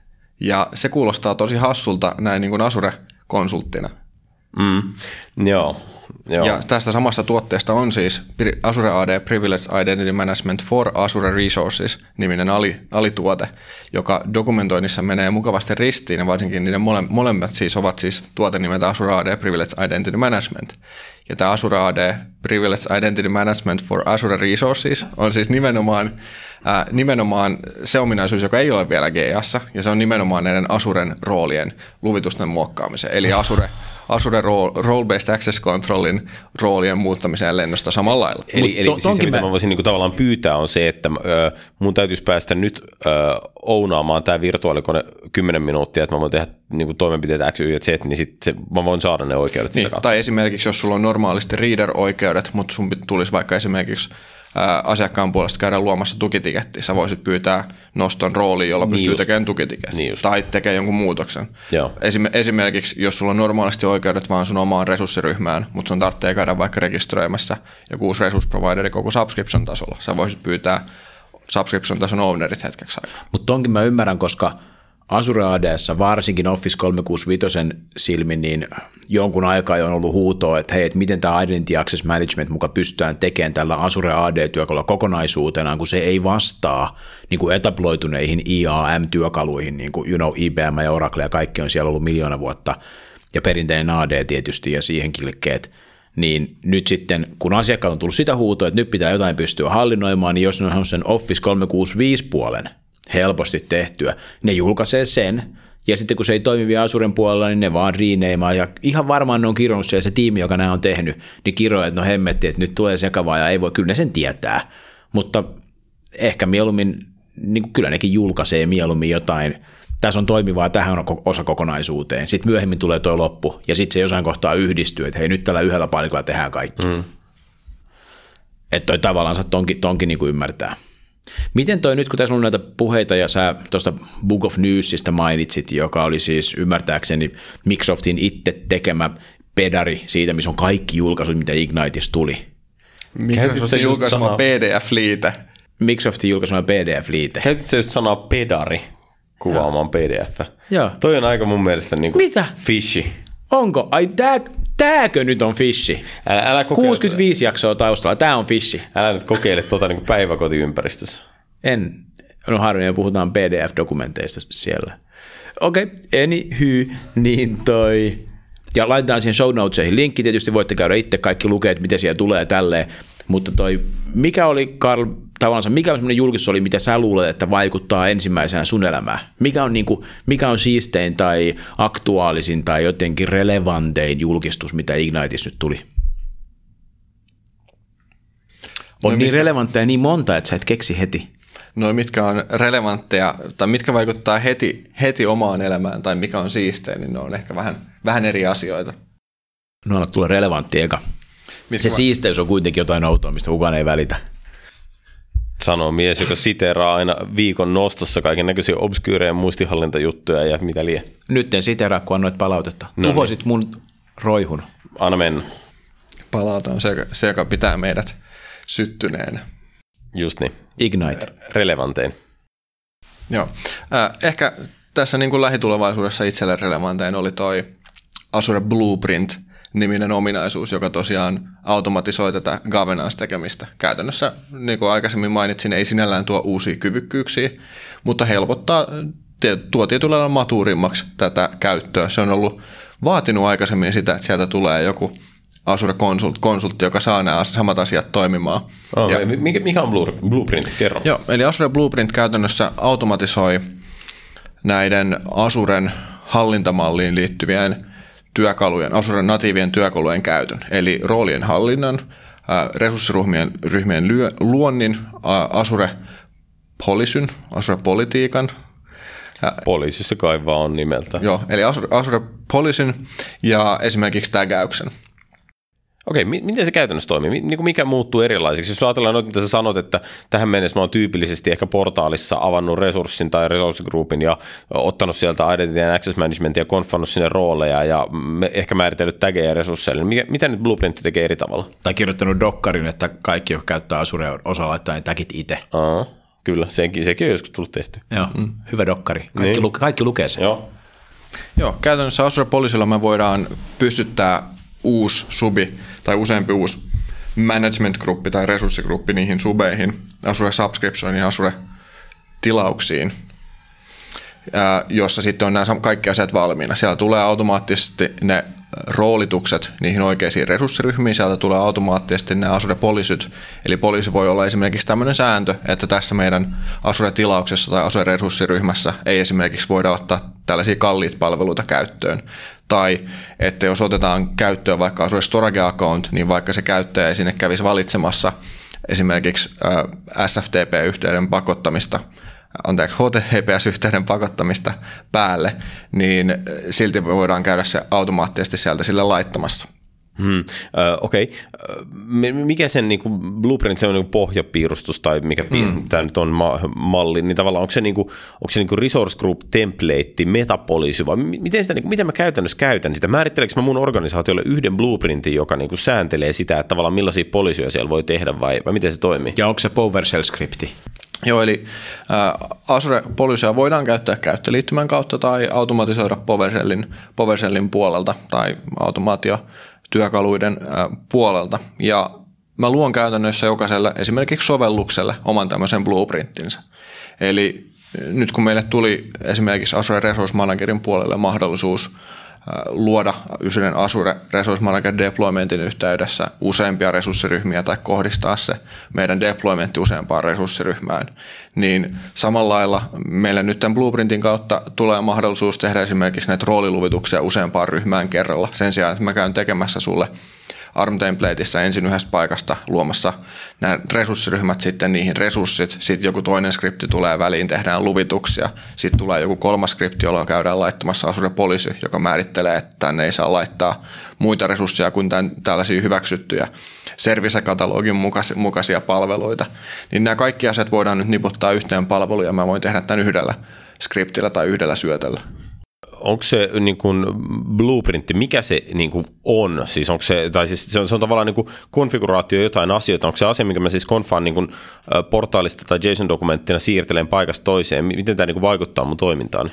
Ja se kuulostaa tosi hassulta näin niin kuin Azure-konsulttina. Mm, joo, joo. Ja tästä samasta tuotteesta on siis Azure A D Privileged Identity Management for Azure Resources -niminen ali, alituote, joka dokumentoinnissa menee mukavasti ristiin, ja varsinkin niiden mole, molemmat siis ovat siis tuote nimeltä Azure A D Privileged Identity Management. Ja tämä Azure A D Privileged Identity Management for Azure Resources on siis nimenomaan, ää, nimenomaan se ominaisuus, joka ei ole vielä G A:ssa, ja se on nimenomaan näiden Azuren roolien luvitusten muokkaamiseen. Eli Azure, Azure Role-Based Access Controlin roolien muuttamiseen lennosta samalla lailla. Eli, eli to, siis se, mitä mä, mä voisin niin kuin tavallaan pyytää, on se, että ö, mun täytyisi päästä nyt ö, ounaamaan tämä virtuaalikone kymmenen minuuttia, että mä voin tehdä niin kuin toimenpiteitä X, Y ja Z, niin sit se, mä voin saada ne oikeudet niin, sitä kautta. Tai esimerkiksi, jos sulla on normaalisti reader-oikeudet, mutta sun tulisi vaikka esimerkiksi ää, asiakkaan puolesta käydä luomassa tukitiketti, sä voisit pyytää noston rooliin, jolla niin pystyy just tekemään tukitiketti, niin tai tekemään jonkun muutoksen. Esim- esimerkiksi, jos sulla on normaalisti oikeudet vaan sun omaan resurssiryhmään, mutta sun tarvitsee käydä vaikka rekisteröimässä joku uusi resource provideri koko subscription-tasolla, sä voisit pyytää subscription-tason ownerit hetkeksi aikaa. Mutta tonkin mä ymmärrän, koska Azure A D:ssä, varsinkin Office kolmesataakuusikymmentäviisi silmin, niin jonkun aikaa on ollut huutoa, että hei, että miten tämä Identity Access Management muka pystytään tekemään tällä Azure A D-työkalulla kokonaisuutenaan, kun se ei vastaa niin kuin etabloituneihin I A M-työkaluihin, niin kuin you know, I B M ja Oracle ja kaikki on siellä ollut miljoona vuotta, ja perinteinen A D tietysti ja siihen kilkkeet. Niin nyt sitten, kun asiakkaat on tullut sitä huutoa, että nyt pitää jotain pystyä hallinnoimaan, niin jos ne on sen Office kolmesataakuusikymmentäviisi puolen helposti tehtyä. Ne julkaisee sen, ja sitten kun se ei toimi vielä Azuren puolella, niin ne vaan reneimaa, ja ihan varmaan ne on kirjoinut siellä, se tiimi, joka nämä on tehnyt, niin kirjoja, että no hemmetti, että nyt tulee sekavaa, ja ei voi, kyllä ne sen tietää, mutta ehkä mieluummin, niin kuin kyllä nekin julkaisee mieluummin jotain, tässä on toimivaa tähän osakokonaisuuteen, sitten myöhemmin tulee tuo loppu, ja sitten se jossain kohtaa yhdistyy, että hei, nyt tällä yhdellä palikolla tehdään kaikki. Mm. Että toi tavallaan tonkin, tonkin niin kuin ymmärtää. Miten toi nyt, kun tässä on näitä puheita, ja sä tuosta Book of Newsista mainitsit, joka oli siis ymmärtääkseni Microsoftin itse tekemä pedari siitä, missä on kaikki julkaisut, mitä Igniteissa tuli. Microsoftin julkaisema sanaa... P D F-liite. Microsoftin julkaisema P D F-liite. Käytit sä just sanaa pedari kuvaamaan P D F? Joo. Toi on aika mun mielestä niin kuin Mitä? fishy. Onko? Ai tää, tääkö nyt on fishy? Älä, älä kuusikymmentäviisi jaksoa taustalla, tää on fishy. Älä nyt kokeile tuota niin kuin päiväkotiympäristössä. En. No harvoin puhutaan P D F-dokumenteista siellä. Okei, okay. Anywho, niin toi... Ja laitetaan siihen show notesihin linkki, tietysti voitte käydä itse kaikki lukeet, mitä siellä tulee tälleen. Mutta toi, mikä oli, Karl, tavallaan, mikä on semmoinen julkisuus oli, mitä sä luulet, että vaikuttaa ensimmäisenä sun elämään? Mikä on, niin kuin, mikä on siistein tai aktuaalisin tai jotenkin relevantein julkistus, mitä Igniteissa nyt tuli? On no, niin mitkä, relevantteja niin monta, että sä et keksi heti. No mitkä on relevantteja, tai mitkä vaikuttaa heti, heti omaan elämään, tai mikä on siistein, niin ne on ehkä vähän, vähän eri asioita. No anna tulee relevantti eka. Mitkä se va- siisteys on kuitenkin jotain outoa, mistä kukaan ei välitä. Sanoo mies, joka siteeraa aina viikon nostossa kaiken näköisiä obskyyrejä muistihallintajuttuja ja mitä lie. Nyt en siteeraa, kun annoit palautetta. No Tuhoisit niin. mun roihun. Anna mennä. Palaute on se, se, joka pitää meidät syttyneenä. Just niin. Ignite. Relevantein. Joo. Äh, ehkä tässä niin kuin lähitulevaisuudessa itselle relevantein oli toi Azure Blueprint niminen ominaisuus, joka tosiaan automatisoi tätä governance-tekemistä. Käytännössä, niin kuin aikaisemmin mainitsin, ei sinällään tuo uusia kyvykkyyksiä, mutta helpottaa, tuo tietyllä lailla matuurimmaksi tätä käyttöä. Se on ollut vaatinut aikaisemmin sitä, että sieltä tulee joku Azure Consult, konsultti, joka saa nämä samat asiat toimimaan. Oh, ja, mikä, mikä on Blueprint? Kerro. Joo, eli Azure Blueprint käytännössä automatisoi näiden Azuren hallintamalliin liittyvien työkalujen, Azuren natiivien työkalujen käytön, eli roolien hallinnan, resurssiryhmien ryhmien luonnin, Azure Policyn, Azure Politiikan. Policy se kai vaan on nimeltä. Joo, eli Azure, Azure Policyn ja esimerkiksi tägäyksen. Okei, miten se käytännössä toimii? Mikä muuttuu erilaiseksi? Jos ajatellaan noita, mitä sä sanot, että tähän mennessä mä oon tyypillisesti ehkä portaalissa avannut resurssin tai resource groupin ja ottanut sieltä identity and access managementia ja konfannut sinne rooleja ja ehkä määritellyt tägejä resursseille. Mitä nyt Blueprint tekee eri tavalla? Tai kirjoittanut dokkarin, että kaikki, jotka käyttää Azurea, osaa laittaa ne tagit itse. Aa, kyllä, sekin, sekin on joskus tullut tehty. Joo, mm. hyvä dokkari. Kaikki, niin. lu, kaikki lukee sen. Joo. Joo, käytännössä Azure Policylla me voidaan pystyttää uusi subi tai useampi uusi management-gruppi tai resurssigruppi niihin subeihin, Azure Subscription ja Azure tilauksiin, jossa sitten on nämä kaikki asiat valmiina. Siellä tulee automaattisesti ne roolitukset niihin oikeisiin resurssiryhmiin, sieltä tulee automaattisesti ne Azure Policyt, eli policy voi olla esimerkiksi tämmöinen sääntö, että tässä meidän Azure-tilauksessa tai Azure-resurssiryhmässä ei esimerkiksi voida ottaa tällaisia kalliita palveluita käyttöön, tai että jos otetaan käyttöön vaikka Azure Storage Account, niin vaikka se käyttäjä ei sinne kävisi valitsemassa esimerkiksi S F T P-yhteyden pakottamista, anteeksi, H T T P S-yhteyden pakottamista päälle, niin silti voidaan käydä se automaattisesti sieltä sille laittamassa. Hmm. Uh, Okei. Okay. Mikä sen niin kuin Blueprint, se on niin kuin pohjapiirustus tai mikä hmm. tämä nyt on ma- malli, niin tavallaan onko se, niin kuin, onko se niin kuin resource group template, metapolicy vai miten, sitä, niin kuin, miten mä käytännössä käytän sitä? Määritteleekö mä mun organisaatiolle yhden blueprintin, joka niin kuin sääntelee sitä, että tavallaan millaisia policyja siellä voi tehdä vai, vai miten se toimii? Ja onko se PowerShell-skripti? Joo, eli äh, Azure Policyä voidaan käyttää käyttöliittymän kautta tai automatisoida PowerShellin, PowerShellin puolelta tai automaatio työkaluiden puolelta, ja mä luon käytännössä jokaiselle esimerkiksi sovellukselle oman tämmöisen blueprintinsä. Eli nyt kun meille tuli esimerkiksi Azure Resource Managerin puolelle mahdollisuus luoda yhden Azure Resource Manager deploymentin yhteydessä useampia resurssiryhmiä tai kohdistaa se meidän deploymentti useampaan resurssiryhmään, niin samalla lailla meillä nyt tämän Blueprintin kautta tulee mahdollisuus tehdä esimerkiksi näitä rooliluvituksia useampaan ryhmään kerralla. Sen sijaan, että mä käyn tekemässä sulle A R M-templateissa ensin yhdestä paikasta luomassa nämä resurssiryhmät, sitten niihin resurssit, sitten joku toinen skripti tulee väliin, tehdään luvituksia, sitten tulee joku kolmas skripti, jolla käydään laittamassa Azure Policy, joka määrittelee, että tänne ei saa laittaa muita resursseja kuin tämän, tällaisia hyväksyttyjä service-katalogin mukaisia palveluita. Niin nämä kaikki asiat voidaan nyt niputtaa yhteen palveluun ja mä voin tehdä tämän yhdellä skriptillä tai yhdellä syötöllä. Onko se niin kuin blueprintti, mikä se niin kuin on? Siis onko se, tai siis se, on, se on tavallaan niin kuin konfiguraatio jotain asioita. Onko se asia, mikä mä siis konfaan niin kuin portaalista tai JSON-dokumenttina siirtelen paikasta toiseen? Miten tämä niin kuin vaikuttaa mun toimintaan?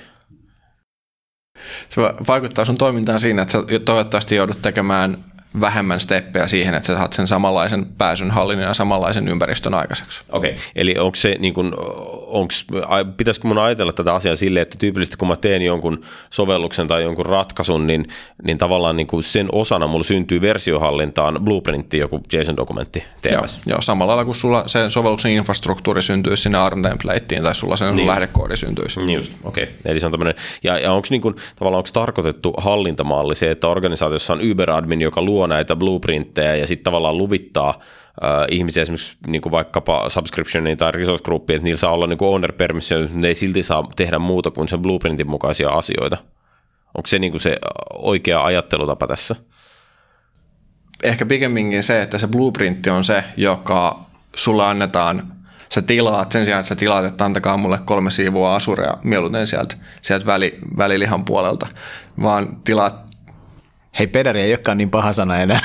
Se vaikuttaa sun toimintaan siinä, että sä toivottavasti joudut tekemään vähemmän steppejä siihen, että sä saat sen samanlaisen pääsyn hallinnan ja samanlaisen ympäristön aikaiseksi. Okei, okay. Eli onko se, niin kun, onks, pitäisikö mun ajatella tätä asiaa silleen, että tyypillisesti kun mä teen jonkun sovelluksen tai jonkun ratkaisun, niin, niin tavallaan niin sen osana mulla syntyy versiohallintaan blueprintti, joku JSON-dokumentti teemässä. Joo, joo, samalla lailla kuin sulla sen sovelluksen infrastruktuuri syntyisi sinne A R M-templateen tai sulla sen niin lähdekoodi syntyisi. Niin just, okei. Okay. Eli se on tämmöinen, ja, ja onko niin kun, tavallaan onko tarkoitettu hallintamalli se, että organisaatiossa on Uber-admin, joka luo näitä blueprintteja ja sitten tavallaan luvittaa äh, ihmisiä esimerkiksi niin kuin vaikkapa subscriptioniin tai resource groupiin, että niillä saa olla niin kuin owner permission, mutta ne ei silti saa tehdä muuta kuin sen blueprintin mukaisia asioita. Onko se niin kuin se oikea ajattelutapa tässä? Ehkä pikemminkin se, että se blueprintti on se, joka sulle annetaan, sä tilaat, sen sijaan, että sä tilaat, että antakaa mulle kolme siivua Azurea mieluiten sieltä, sieltä väli, välilihan puolelta, vaan tilaat. Hei, pederi ei olekaan niin paha sana enää.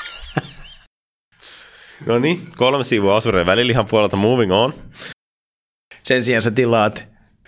No niin, kolme sivua Azuren välilihan puolelta, moving on. Sen sijaan sä tilaat.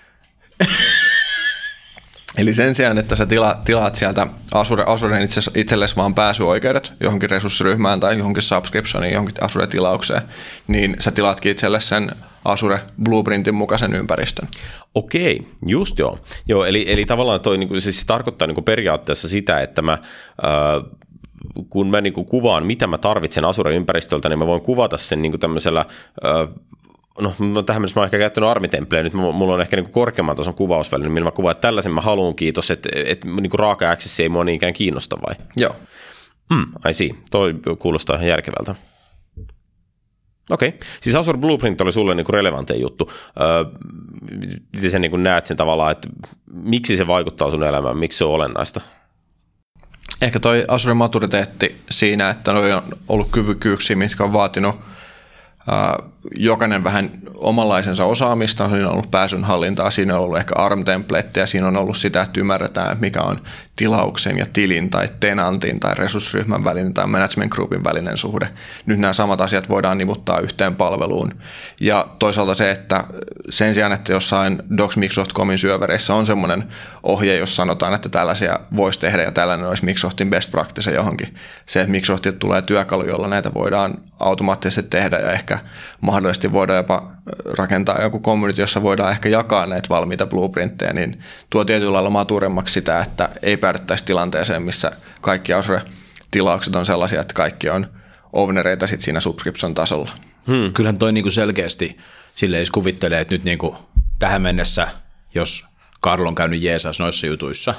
Eli sen sijaan, että sä tila, tilaat sieltä Azure, Azuren itse, itsellesi vaan pääsyoikeudet johonkin resurssiryhmään tai johonkin subscriptioniin, johonkin Azure-tilaukseen, niin sä tilaatkin itsellesi sen Azure Blueprintin mukaisen ympäristön. Okei, just joo. Joo, eli, eli tavallaan toi, niin kuin, siis se tarkoittaa niin kuin periaatteessa sitä, että mä, äh, kun mä niin kuin kuvaan, mitä mä tarvitsen Azure-ympäristöltä, niin mä voin kuvata sen niin kuin tämmöisellä äh, no tähän mennessä mä oon ehkä käyttänyt A R M-templejä, nyt mulla on ehkä niinku korkeamman tason kuvausväline, millä mä kuvaan, että tällaisen mä haluan, kiitos, että, että niinku raaka access ei mua niinkään kiinnosta vai? Joo. Mm, I see. Toi kuulostaa ihan järkevältä. Okei, okay. Siis Azure Blueprint oli sulle niinku relevantein juttu. Öö, miten sä niinku näet sen tavallaan, että miksi se vaikuttaa sun elämään, miksi se on olennaista? Ehkä toi Azure maturiteetti siinä, että noi on ollut kyvykkyyksiä, mitkä on vaatinut Uh, jokainen vähän omanlaisensa osaamista, siinä on ollut pääsynhallintaa, siinä on ollut ehkä A R M-templateja, siinä on ollut sitä, että ymmärretään, mikä on tilauksen ja tilin tai tenantin tai resurssiryhmän välinen tai management groupin välinen suhde. Nyt nämä samat asiat voidaan nivuttaa yhteen palveluun. Ja toisaalta se, että sen sijaan, että jossain docs.microsoft piste comin syövereissä on semmoinen ohje, jos sanotaan, että tällaisia voisi tehdä ja tällainen olisi Microsoftin best practice johonkin. Se, että Microsoftilta tulee työkalu, jolla näitä voidaan automaattisesti tehdä ja ehkä mahdollisesti voidaan jopa rakentaa joku community, jossa voidaan ehkä jakaa näitä valmiita blueprintteja, niin tuo tietyllä lailla maturemmaksi sitä, että ei päädyttäisi tilanteeseen, missä kaikki Azure-tilaukset on sellaisia, että kaikki on ownereita sit siinä subscription-tasolla. Hmm. Kyllähän toi niinku selkeästi silleen, jos kuvittelee, että nyt niinku tähän mennessä, jos Karl on käynyt jeesas noissa jutuissa,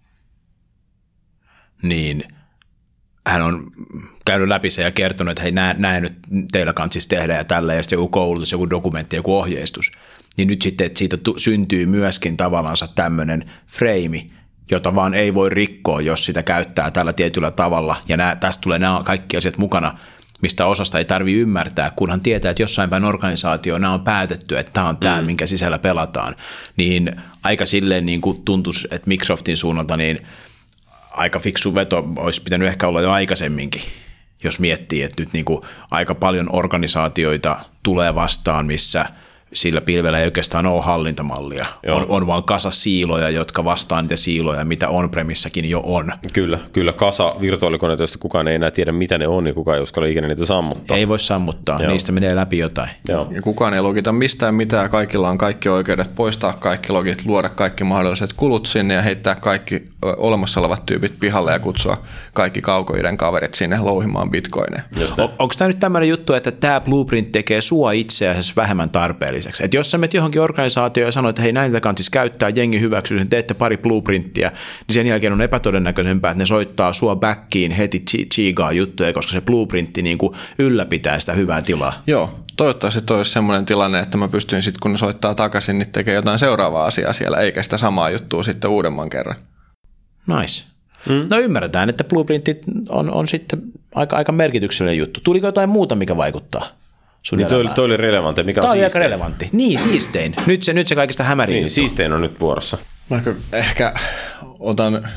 niin hän on käynyt läpi se ja kertonut, että hei, näin nyt teillä kanssisi tehdä ja tällä, ja sitten joku koulutus, joku dokumentti, joku ohjeistus. Niin nyt sitten, että siitä syntyy myöskin tavallaan tämmöinen freimi, jota vaan ei voi rikkoa, jos sitä käyttää tällä tietyllä tavalla. Ja nämä, tästä tulee nämä kaikki asiat mukana, mistä osasta ei tarvitse ymmärtää, kunhan tietää, että jossain päin organisaatio nämä on päätetty, että tämä on tämä, mm. minkä sisällä pelataan. Niin aika silleen niin kuin tuntuisi, että Microsoftin suunnalta niin aika fiksu veto olisi pitänyt ehkä olla jo aikaisemminkin, jos miettii, että nyt niin kuin aika paljon organisaatioita tulee vastaan, missä sillä pilvellä ei oikeastaan ole hallintamallia. On, on vaan kasa siiloja, jotka vastaa niitä siiloja, mitä on-premissäkin jo on. Kyllä, kyllä kasa virtuaalikoneita, joista kukaan ei enää tiedä, mitä ne on, ja kukaan ei uskalla ikinä niitä sammuttaa. Ei voi sammuttaa, Joo. niistä menee läpi jotain. Joo. Ja kukaan ei logita mistään mitään, kaikilla on kaikki oikeudet poistaa kaikki logit, luoda kaikki mahdolliset kulut sinne ja heittää kaikki olemassa olevat tyypit pihalle ja kutsua kaikki kaukoiden kaverit sinne louhimaan bitcoineja. On, onko tämä nyt tämmöinen juttu, että tämä Blueprint tekee sua itse asiassa vähemmän tarpeelliseksi? Että jos sä menet johonkin organisaatioon ja sanoit, että hei näitä kannattaisi käyttää, jengi hyväksyy sen, teette pari Blueprinttiä, niin sen jälkeen on epätodennäköisempää, että ne soittaa sua backiin heti chiigaa juttuja, koska se Blueprintti niin kuin ylläpitää sitä hyvää tilaa. Joo, toivottavasti toi olisi semmoinen tilanne, että mä pystyin sitten, kun ne soittaa takaisin, niin tekee jotain seuraavaa asiaa siellä, eikä sitä samaa juttua sitten uudemman kerran. Nice. Mm. No ymmärretään, että Blueprintit on, on sitten aika, aika merkityksellinen juttu. Tuliko jotain muuta, mikä vaikuttaa sun niin toi, toi oli relevantti. Mikä Tämä on oli aika relevantti. Niin, siistein. Nyt se, nyt se kaikista hämärin niin, juttu. Siistein on nyt vuorossa. Mä ehkä otan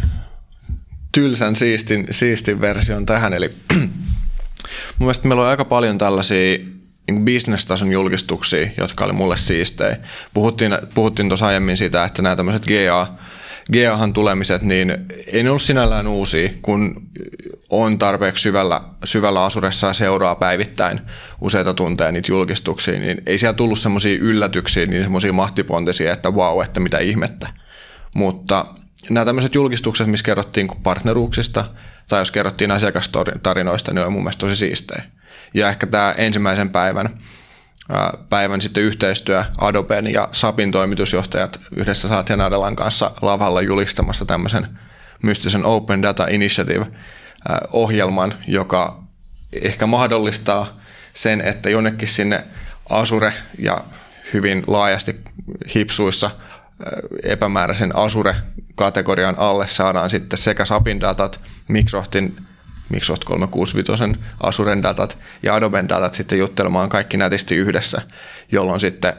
tylsän siistin, siistin version tähän, eli mun mielestä meillä on aika paljon tällaisia niin business-tason julkistuksia, jotka oli mulle siistejä. Puhuttiin, puhuttiin tuossa aiemmin siitä, että nämä tämmöiset G A, G A-han tulemiset, niin ei ne ollut sinällään uusia, kun on tarpeeksi syvällä, syvällä Azuressa ja seuraa päivittäin useita tunteja niitä julkistuksia, niin ei siellä tullut semmoisia yllätyksiä, niin semmoisia mahtipontisia, että vau, että mitä ihmettä. Mutta nämä tämmöiset julkistukset, missä kerrottiin partneruuksista tai jos kerrottiin asiakastarinoista, niin on mun mielestä tosi siistejä. Ja ehkä tämä ensimmäisen päivän, päivän sitten yhteistyö Adoben ja Sapin toimitusjohtajat yhdessä Satya Nadellan kanssa lavalla julistamassa tämmöisen mystisen Open Data Initiative-ohjelman, joka ehkä mahdollistaa sen, että jonnekin sinne Azure ja hyvin laajasti hipsuissa epämääräisen Azure-kategorian alle saadaan sitten sekä Sapin datat, Microsoftin Microsoft kolmesataakuusikymmentäviisi Azuren datat ja Adoben datat sitten juttelemaan kaikki nätisti yhdessä, jolloin sitten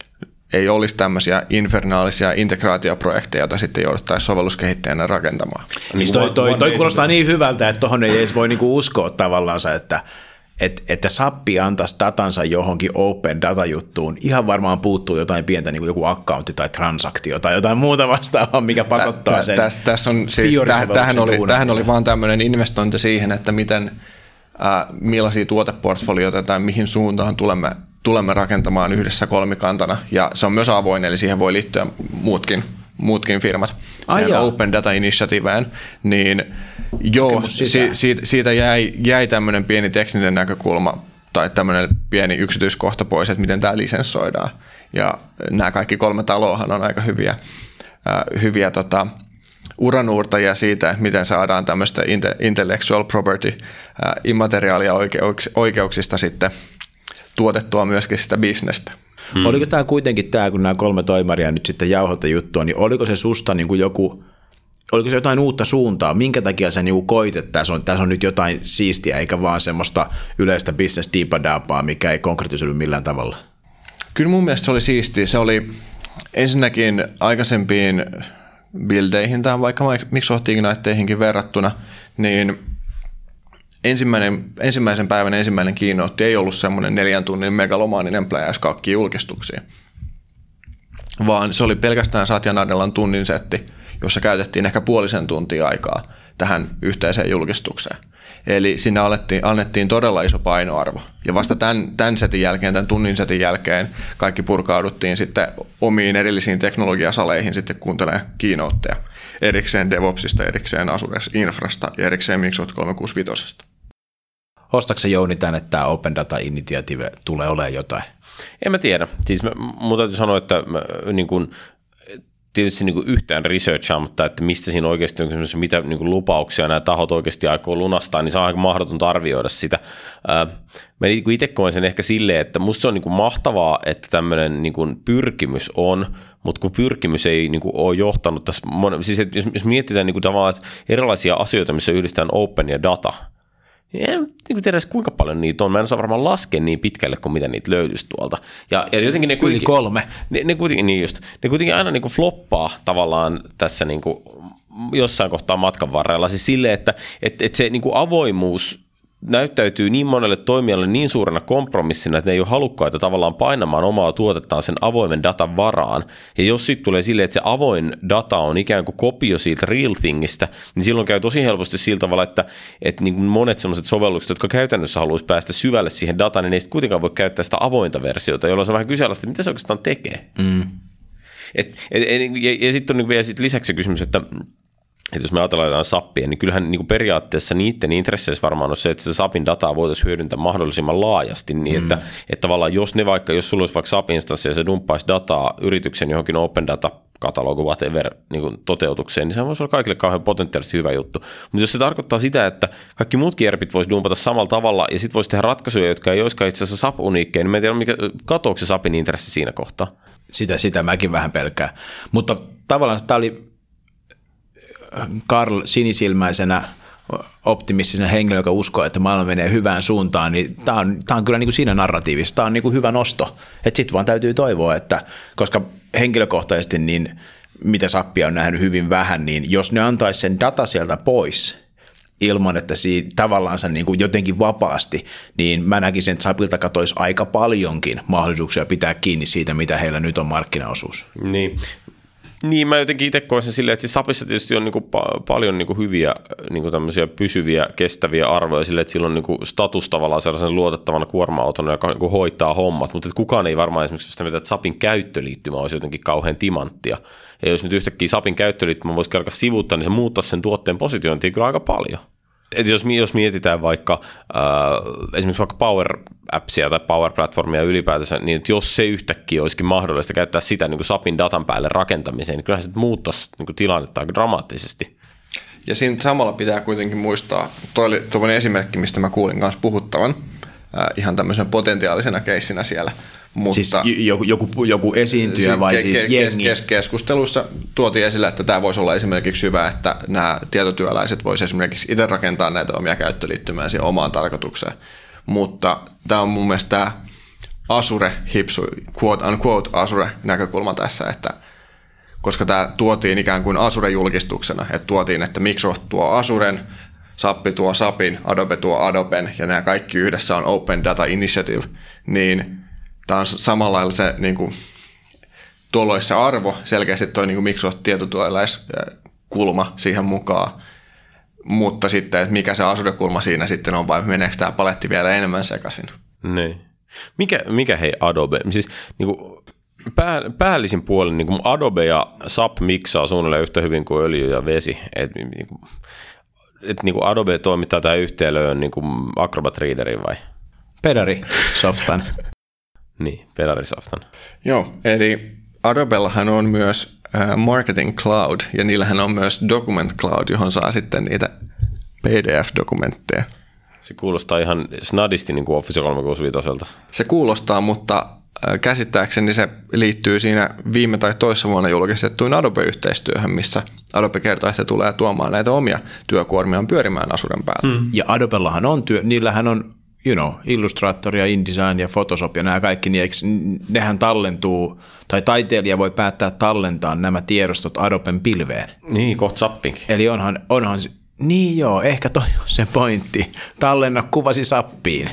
ei olisi tämmöisiä infernaalisia integraatioprojekteja, joita sitten jouduttaisiin sovelluskehittäjänä rakentamaan. Siis toi, toi, toi kuulostaa niin hyvältä, että tuohon ei edes voi niinku uskoa tavallaan, että Et, että Sappi antaisi datansa johonkin open data-juttuun, ihan varmaan puuttuu jotain pientä, niin kuin joku accountti tai transaktio tai jotain muuta vastaavaa, mikä pakottaa tä, sen. Tässä täs on siis, täh, tähän oli, tähän oli vaan tämmöinen investointi siihen, että miten, äh, millaisia tuoteportfolioita tai mihin suuntaan tulemme, tulemme rakentamaan yhdessä kolmikantana, ja se on myös avoin, eli siihen voi liittyä muutkin, muutkin firmat. Siihen Open Data Initiativeen, niin joo, si, siitä, siitä jäi, jäi tämmöinen pieni tekninen näkökulma tai tämmöinen pieni yksityiskohta pois, että miten tämä lisenssoidaan. Ja nämä kaikki kolme taloahan on aika hyviä, äh, hyviä tota, uranuurtajia siitä, että miten saadaan tämmöistä intellectual property äh, immateriaalia oikeuks, oikeuksista sitten tuotettua myöskin sitä bisnestä. Hmm. Oliko tämä kuitenkin tämä, kun nämä kolme toimaria nyt sitten jauhoitte juttua, niin oliko se susta niin kuin joku, oliko se jotain uutta suuntaa? Minkä takia sä niin koit, että tässä on, tässä on nyt jotain siistiä, eikä vaan semmoista yleistä business diipadaapaa, mikä ei konkretisoidu millään tavalla? Kyllä mun mielestä se oli siistiä. Se oli ensinnäkin aikaisempiin buildeihin tai vaikka Microsoft Igniteihinkin verrattuna, niin Ensimmäinen, ensimmäisen päivän ensimmäinen keynote ei ollut semmoinen neljän tunnin megalomaaninen pläjäys kaikkiin julkistuksiin, vaan se oli pelkästään Satya Nadellan tunnin setti, jossa käytettiin ehkä puolisen tuntia aikaa tähän yhteiseen julkistukseen. Eli siinä alettiin, annettiin todella iso painoarvo. Ja vasta tämän, tämän setin jälkeen, tämän tunnin setin jälkeen kaikki purkauduttiin sitten omiin erillisiin teknologiasaleihin sitten kuuntelemaan keynoteja. Erikseen DevOpsista, erikseen Azure Infrasta ja erikseen Microsoft kolmesataakuusikymmentäviisi. Ostatko se Jouni tämän, että tämä Open Data Initiative tulee olemaan jotain? En mä tiedä. Siis mä, mun täytyy sanoa, että mä, niin kun, tietysti niin kuin yhtään researchaamatta, että mistä siinä oikeasti on mitä niin kuin lupauksia nämä tahot oikeasti aikoo lunastaa, niin se on aika mahdotonta arvioida sitä. Mä itse koen sen ehkä silleen, että musta se on niin kuin mahtavaa, että tämmöinen niin kuin pyrkimys on, mutta kun pyrkimys ei niin kuin ole johtanut tässä, siis että jos mietitään niin kuin tavallaan että erilaisia asioita, missä yhdistetään open ja data, niin en niin tiedä kuinka paljon niitä on. Mä en saa varmaan laskea niin pitkälle kuin mitä niitä löytyisi tuolta. Ja, ja jotenkin ne Yli kolme. Ne, ne, kuitenkin, niin just, ne kuitenkin aina niin kuin floppaa tavallaan tässä niin kuin jossain kohtaa matkan varrella. Siis silleen, että et, et se niin kuin avoimuus näyttäytyy niin monelle toimijalle niin suurena kompromissina, että ne ei ole halukkaita tavallaan painamaan omaa tuotettaan sen avoimen datan varaan. Ja jos sitten tulee silleen, että se avoin data on ikään kuin kopio siitä real thingistä, niin silloin käy tosi helposti sillä tavalla, että, että niin monet sellaiset sovellukset, jotka käytännössä haluaisi päästä syvälle siihen dataan, niin ne ei sitten kuitenkaan voi käyttää sitä avointa versiota, jolloin se on vähän kyseenalaista, että mitä se oikeastaan tekee. Mm. Et, et, et, ja ja sitten on niin vielä sit lisäksi kysymys, että että jos me ajatellaan jotain SAPia, niin kyllähän niin kuin periaatteessa niiden intresseissä varmaan on se, että sitä SAPin dataa voitaisiin hyödyntää mahdollisimman laajasti, niin että, mm. että tavallaan jos ne vaikka, jos sulla olisi vaikka SAP-instanssi ja se dumppaisi dataa yrityksen johonkin open data katalogu whatever niin kuin toteutukseen, niin se voisi olla kaikille kauhean potentiaalisesti hyvä juttu. Mutta jos se tarkoittaa sitä, että kaikki muutkin ERPit voisi dumpata samalla tavalla ja sitten voisi tehdä ratkaisuja, jotka ei olisikaan itse asiassa SAP-uniikkeja, niin mä en tiedä, mikä, katoako se SAPin intressi siinä kohtaa. Sitä, sitä mäkin vähän pelkään. Mutta tavallaan tämä oli Karl sinisilmäisenä optimistisena henkilö, joka uskoo, että maailma menee hyvään suuntaan, niin tämä on, tämä on kyllä niin kuin siinä narratiivissa. Tämä on niin kuin hyvä nosto. Sitten vaan täytyy toivoa, että koska henkilökohtaisesti niin mitä SAPia on nähnyt hyvin vähän, niin jos ne antaisi sen data sieltä pois ilman, että siinä tavallaan niin kuin jotenkin vapaasti, niin mä näkisin, että SAPilta katoisi aika paljonkin mahdollisuuksia pitää kiinni siitä, mitä heillä nyt on markkinaosuus. Niin. Niin, mä jotenkin itse koen sen silleen, että siis SAPissa tietysti on niinku pa- paljon niinku hyviä niinku tämmöisiä pysyviä, kestäviä arvoja silleen, että sillä on niinku status tavallaan sellaisen luotettavana kuorma-autona, joka niinku hoitaa hommat, mutta kukaan ei varmaan esimerkiksi sitä, että SAPin käyttöliittymä olisi jotenkin kauhean timanttia. Ja jos nyt yhtäkkiä SAPin käyttöliittymä voisi alkaa sivuuttaa, niin se muuttaa sen tuotteen positiointia kyllä aika paljon. Et jos, jos mietitään vaikka äh, esimerkiksi vaikka Power Appsia tai Power Platformia ylipäätänsä, niin että jos se yhtäkkiä olisikin mahdollista käyttää sitä niin kuin SAPin datan päälle rakentamiseen, niin kyllähän se muuttaisi niin kuin tilannetta aika dramaattisesti. Ja siinä samalla pitää kuitenkin muistaa, toi oli toinen esimerkki, mistä mä kuulin kanssa puhuttavan, äh, ihan tämmöisenä potentiaalisena keissinä siellä. Mutta siis joku, joku, joku esiintyjä vai ke- siis ke- jengi? Kes- keskustelussa tuotiin esille, että tämä voisi olla esimerkiksi hyvä, että nämä tietotyöläiset voisivat esimerkiksi itse rakentaa näitä omia käyttöliittymiä siihen omaan tarkoitukseen. Mutta tämä on mun mielestä tämä Azure hipsu, quote unquote Azure näkökulma tässä, että koska tämä tuotiin ikään kuin Azure-julkistuksena, että tuotiin, että Microsoft tuo Azuren, SAP tuo SAPin, Adobe tuo Adoben ja nämä kaikki yhdessä on Open Data Initiative, niin tämä on samalla lailla se niin kuin, tuolloissa arvo, selkeästi tuo niin Microsoft-tietotyöläiskulma siihen mukaan, mutta sitten, että mikä se Azure-kulma siinä sitten on, vai meneekö tämä paletti vielä enemmän sekaisin? Niin. Mikä, mikä hei Adobe? Siis niin kuin, pää, päällisin puolin niin kuin Adobe ja SAP miksaa suunnilleen yhtä hyvin kuin öljy ja vesi. Et, niin kuin, et, niin kuin Adobe toimittaa tähän yhteenlöön niin kuin Acrobat Readerin vai? Pedari softan. Niin, Pelarisoftan. Joo, eli Adobellahan on myös äh, Marketing Cloud, ja niillähän on myös Document Cloud, johon saa sitten niitä P D F-dokumentteja. Se kuulostaa ihan snadisti niin kuin Office kolmesataakuusikymmentäviisi. Se kuulostaa, mutta äh, käsittääkseni se liittyy siinä viime tai toissa vuonna julkistettuin Adobe-yhteistyöhön, missä Adobe kertoo, että se tulee tuomaan näitä omia työkuormiaan pyörimään Azuren päällä. Mm. Ja Adobellahan on työ, niillähän on you know, Illustrator ja InDesign ja Photoshop ja nämä kaikki, niin eikö, nehän tallentuu, tai taiteilija voi päättää tallentaa nämä tiedostot Adoben pilveen. Niin, kohta SAPinkin. Eli onhan, onhan, niin joo, ehkä toi on se pointti. Tallenna kuvasi SAPiin.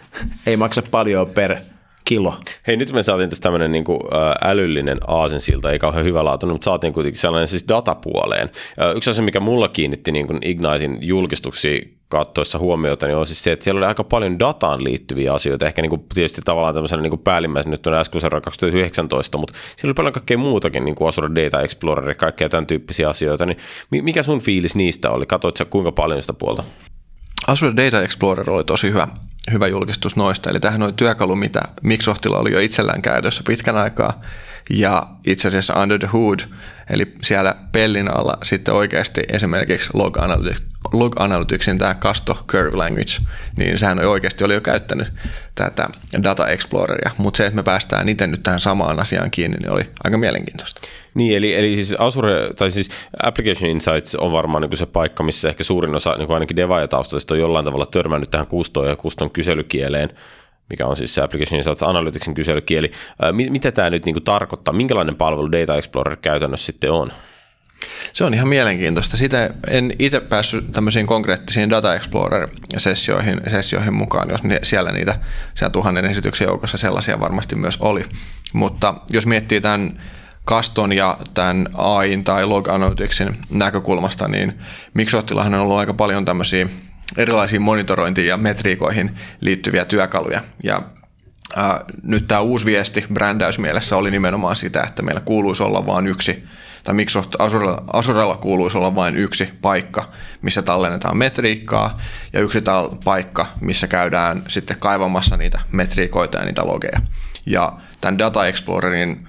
Ei maksa paljon per kilo. Hei, nyt me saatiin tässä tämmöinen niin kuin, ä, älyllinen aasinsilta, ei kauhean hyvälaatuinen, mutta saatiin kuitenkin sellainen siis datapuoleen. Ä, yksi asia, mikä mulla kiinnitti niin kuin Ignitein julkistuksia katsoessa huomiota, niin on siis se, että siellä oli aika paljon dataan liittyviä asioita, ehkä niin kuin tietysti tavallaan tämmöisenä niin kuin päällimmäisenä, nyt on S Q L kaksituhattayhdeksäntoista, mutta siellä oli paljon kaikkea muutakin, niin kuin Azure Data Explorer ja kaikkea tämän tyyppisiä asioita, niin mikä sun fiilis niistä oli? Katoit sä kuinka paljon sitä puolta? Azure Data Explorer oli tosi hyvä, hyvä julkistus noista, eli tämähän oli työkalu, mitä Microsoftilla oli jo itsellään käytössä pitkän aikaa, ja itse asiassa under the hood, eli siellä pellin alla sitten oikeasti esimerkiksi Log Analytics, Log Analyticsin tämä Casto Curve Language, niin sehän oikeasti oli jo käyttänyt tätä Data Exploreria, mutta se, että me päästään itse nyt tähän samaan asiaan kiinni, niin oli aika mielenkiintoista. Niin, eli, eli siis Azure, tai siis Application Insights on varmaan niin kuin se paikka, missä ehkä suurin osa, niin kuin ainakin devaajataustaisista on jollain tavalla törmännyt tähän Kustoon ja Kuston kyselykieleen, mikä on siis se Application Insights Analyticsin kyselykieli. Ää, mitä tämä nyt niin kuin tarkoittaa? Minkälainen palvelu Data Explorer käytännössä sitten on? Se on ihan mielenkiintoista. Sitä en itse päässyt tämmöisiin konkreettisiin Data Explorer-sessioihin sessioihin mukaan, jos siellä niitä siellä tuhannen esityksen joukossa sellaisia varmasti myös oli. Mutta jos miettii tämän Caston ja tämän A I tai Log Analyticsin näkökulmasta, niin Microsoftillahan on ollut aika paljon tämmöisiä erilaisiin monitorointiin ja metriikoihin liittyviä työkaluja. Ja Ää, nyt tämä uusi viesti brändäysmielessä oli nimenomaan sitä, että meillä kuuluisi olla vain yksi, tai Microsoft Azurella, Azurella kuuluisi olla vain yksi paikka, missä tallennetaan metriikkaa, ja yksi tal- paikka, missä käydään sitten kaivamassa niitä metriikoita ja niitä logeja. Ja tämän Data Explorerin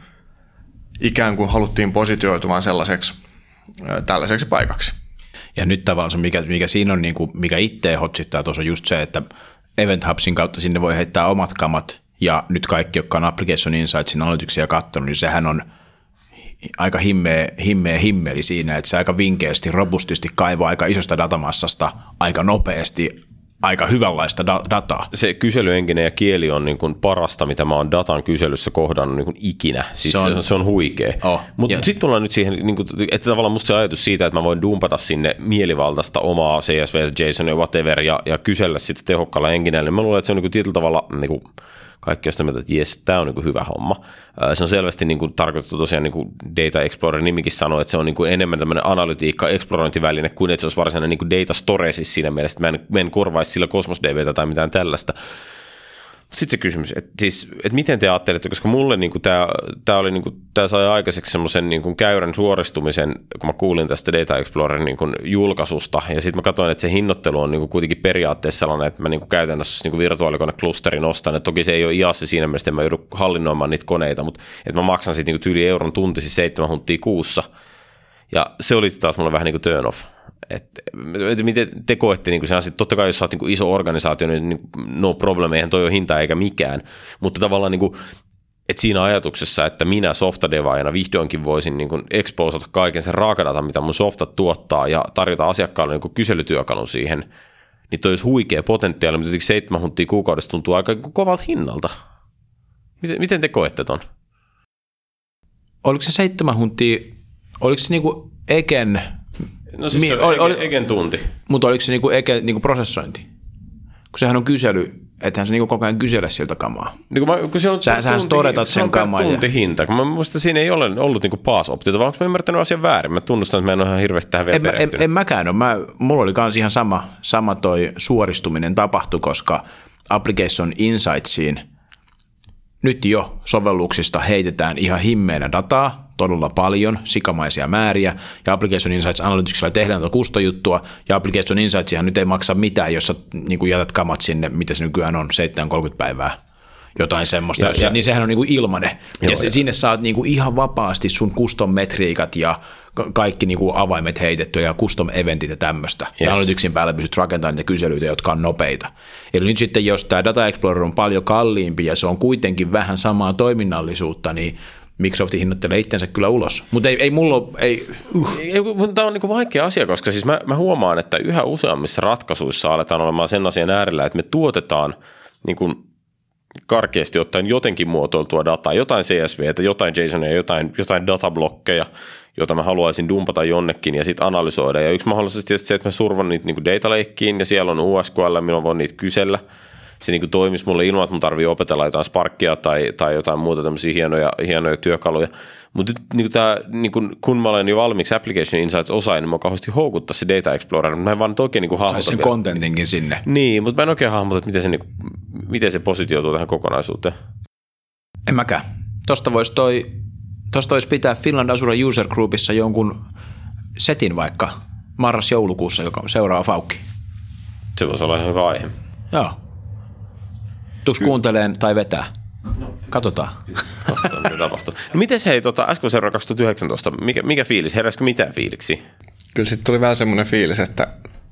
ikään kuin haluttiin positioituvan sellaiseksi, ää, tällaiseksi paikaksi. Ja nyt tavallaan se, mikä, mikä siinä on, niin kuin, mikä itseä hotsittaa tuossa on just se, että Event Hubsin kautta sinne voi heittää omat kamat, ja nyt kaikki, jotka on Application Insightsin analytiksia katsonut, niin sehän on aika himmeä, himmeä himmeli siinä, että se aika vinkeästi, robustisti kaivaa aika isosta datamassasta aika nopeasti aika hyvänlaista da- dataa. Se kyselyenkinen ja kieli on niin kuin parasta, mitä mä oon datan kyselyssä kohdannut niin kuin ikinä. Siis se, on, se on huikea. Oh, Mutta sitten tullaan nyt siihen, niin kuin, että tavallaan musta se ajatus siitä, että mä voin dumpata sinne mielivaltaista omaa C S V, JSON ja whatever ja, ja kysellä sitä tehokkaalla henkinellä. Mä luulen, että se on niin kuin tietyllä tavalla niin kuin kaikki on sitä mieltä, että jes, tämä on niin kuin hyvä homma. Se on selvästi niin kuin tarkoitettu tosiaan, niin kuin Data Explorer nimikin sanoo, että se on niin kuin enemmän tämmöinen analytiikka, eksplorointiväline, kuin että se olisi varsinainen niin kuin data store siis siinä mielessä, että mä en, mä en korvaisi sillä Cosmos D B:tä tai mitään tällaista. Sitten se kysymys, että, siis, että miten te ajattelette, koska mulle niin kuin tämä, tämä, oli, niin kuin, tämä sai aikaiseksi semmoisen niin kuin käyrän suoristumisen, kun mä kuulin tästä Data Explorerin niin kuin julkaisusta, ja sitten mä katsoin, että se hinnoittelu on niin kuin kuitenkin periaatteessa sellainen, että mä niin kuin käytännössä niin kuin virtuaalikone-klusterin ostan, että toki se ei ole I A S siinä mielessä, että mä joudun hallinnoimaan niitä koneita, mutta että mä maksan sitten niin kuin tyyli euron tunti, siis seitsemän huntia kuussa, ja se oli taas mulle vähän niin kuin turn off. Että et miten te koette niin sen asian, totta kai jos sä oot niin iso organisaatio, niin no problem, eihän toi ole hinta eikä mikään, mutta tavallaan niin kuin, että siinä ajatuksessa, että minä softadevaajana vihdoinkin voisin niin exposata kaiken sen raakadatan, mitä mun softat tuottaa ja tarjota asiakkaalle niin kysellytyökalun siihen, niin toi olisi huikea potentiaali, mutta seitsemän huntia kuukaudessa tuntuu aika kovalta hinnalta. Miten, miten te koette ton? Oliko se seitsemän huntia, oliko se niinku Eken... No siis Mi- se on oli, oli, Eken tunti. Mutta oliko se niinku Eke niinku prosessointi? Kun sehän on kysely, ethän se niinku koko ajan kysele siltä kamaa. Niin kun mä, kun se on Sä, sähän storetat sen kamaa. Se on tuntihinta. Kun mä muistan, siinä ei ole ollut niinku pass-optiota, vaan onko mä ymmärtänyt asian väärin? Mä tunnustan, että mä en ole ihan hirveästi tähän vielä en, en, en mäkään ole. Mä, mulla oli kans ihan sama, sama toi suoristuminen tapahtui, koska Application Insightsiin nyt jo sovelluksista heitetään ihan himmeenä dataa, todella paljon, sikamaisia määriä, ja Application Insights Analyticsilla tehdään tuota kustojuttua, ja Application Insightsihan nyt ei maksa mitään, jos sä niin kuin jätät kamat sinne, mitä se nykyään on, seitsemän kolmekymmentä päivää, jotain semmoista, ja, ja, niin sehän on niin kuin ilmanen, joo, ja, ja sinne saat niin kuin ihan vapaasti sun custom-metriikat ja kaikki niin kuin avaimet heitettyä ja custom-eventit ja tämmöistä, yes. Ja Analyticsin päälle pystyt rakentamaan niitä kyselyitä, jotka on nopeita. Eli nyt sitten, jos tämä Data Explorer on paljon kalliimpi ja se on kuitenkin vähän samaa toiminnallisuutta, niin Microsoft hinnoittelee itsensä kyllä ulos, mutta ei, ei mulla ei, uh. ei, tämä on niin kuin vaikea asia, koska siis mä, mä huomaan, että yhä useammissa ratkaisuissa aletaan olemaan sen asian äärellä, että me tuotetaan niin kuin karkeasti ottaen jotenkin muotoiltua dataa, jotain C S V:tä, jotain JSONia, jotain, jotain datablokkeja, jota mä haluaisin dumpata jonnekin ja sitten analysoida. Ja yksi mahdollisesti tietysti se, että mä survan niitä niin data lakein ja siellä on U S Q L, milloin voin niitä kysellä. Se niin kuin toimisi mulle ilman, että mun tarvii opetella jotain Sparkia tai, tai jotain muuta tämmöisiä hienoja, hienoja työkaluja. Mutta niin niin kun mä olen jo valmiiksi Application Insights -osaaja, niin mä kauheasti houkuttaa se Data Explorer, mutta mä en vaan nyt oikein niin hahmota. Saisi sen contentinkin sinne. Niin, mutta mä en oikein hahmota, että miten se, niin kuin, miten se positioituu tähän kokonaisuuteen. En mäkään. Tosta voisi toi, tosta vois pitää Finland Azure User Groupissa jonkun setin vaikka marras-joulukuussa, joka on seuraava faukki. Se voisi olla ihan hyvä aihe. Joo. Tuks kuunteleen tai vetää? No. Katsotaan. Katsotaan, mitä tapahtuu. No mites hei, tota, S Q L Server kaksituhattayhdeksäntoista, mikä, mikä fiilis? Heräskö mitään fiiliksi? Kyllä sitten tuli vähän semmoinen fiilis, että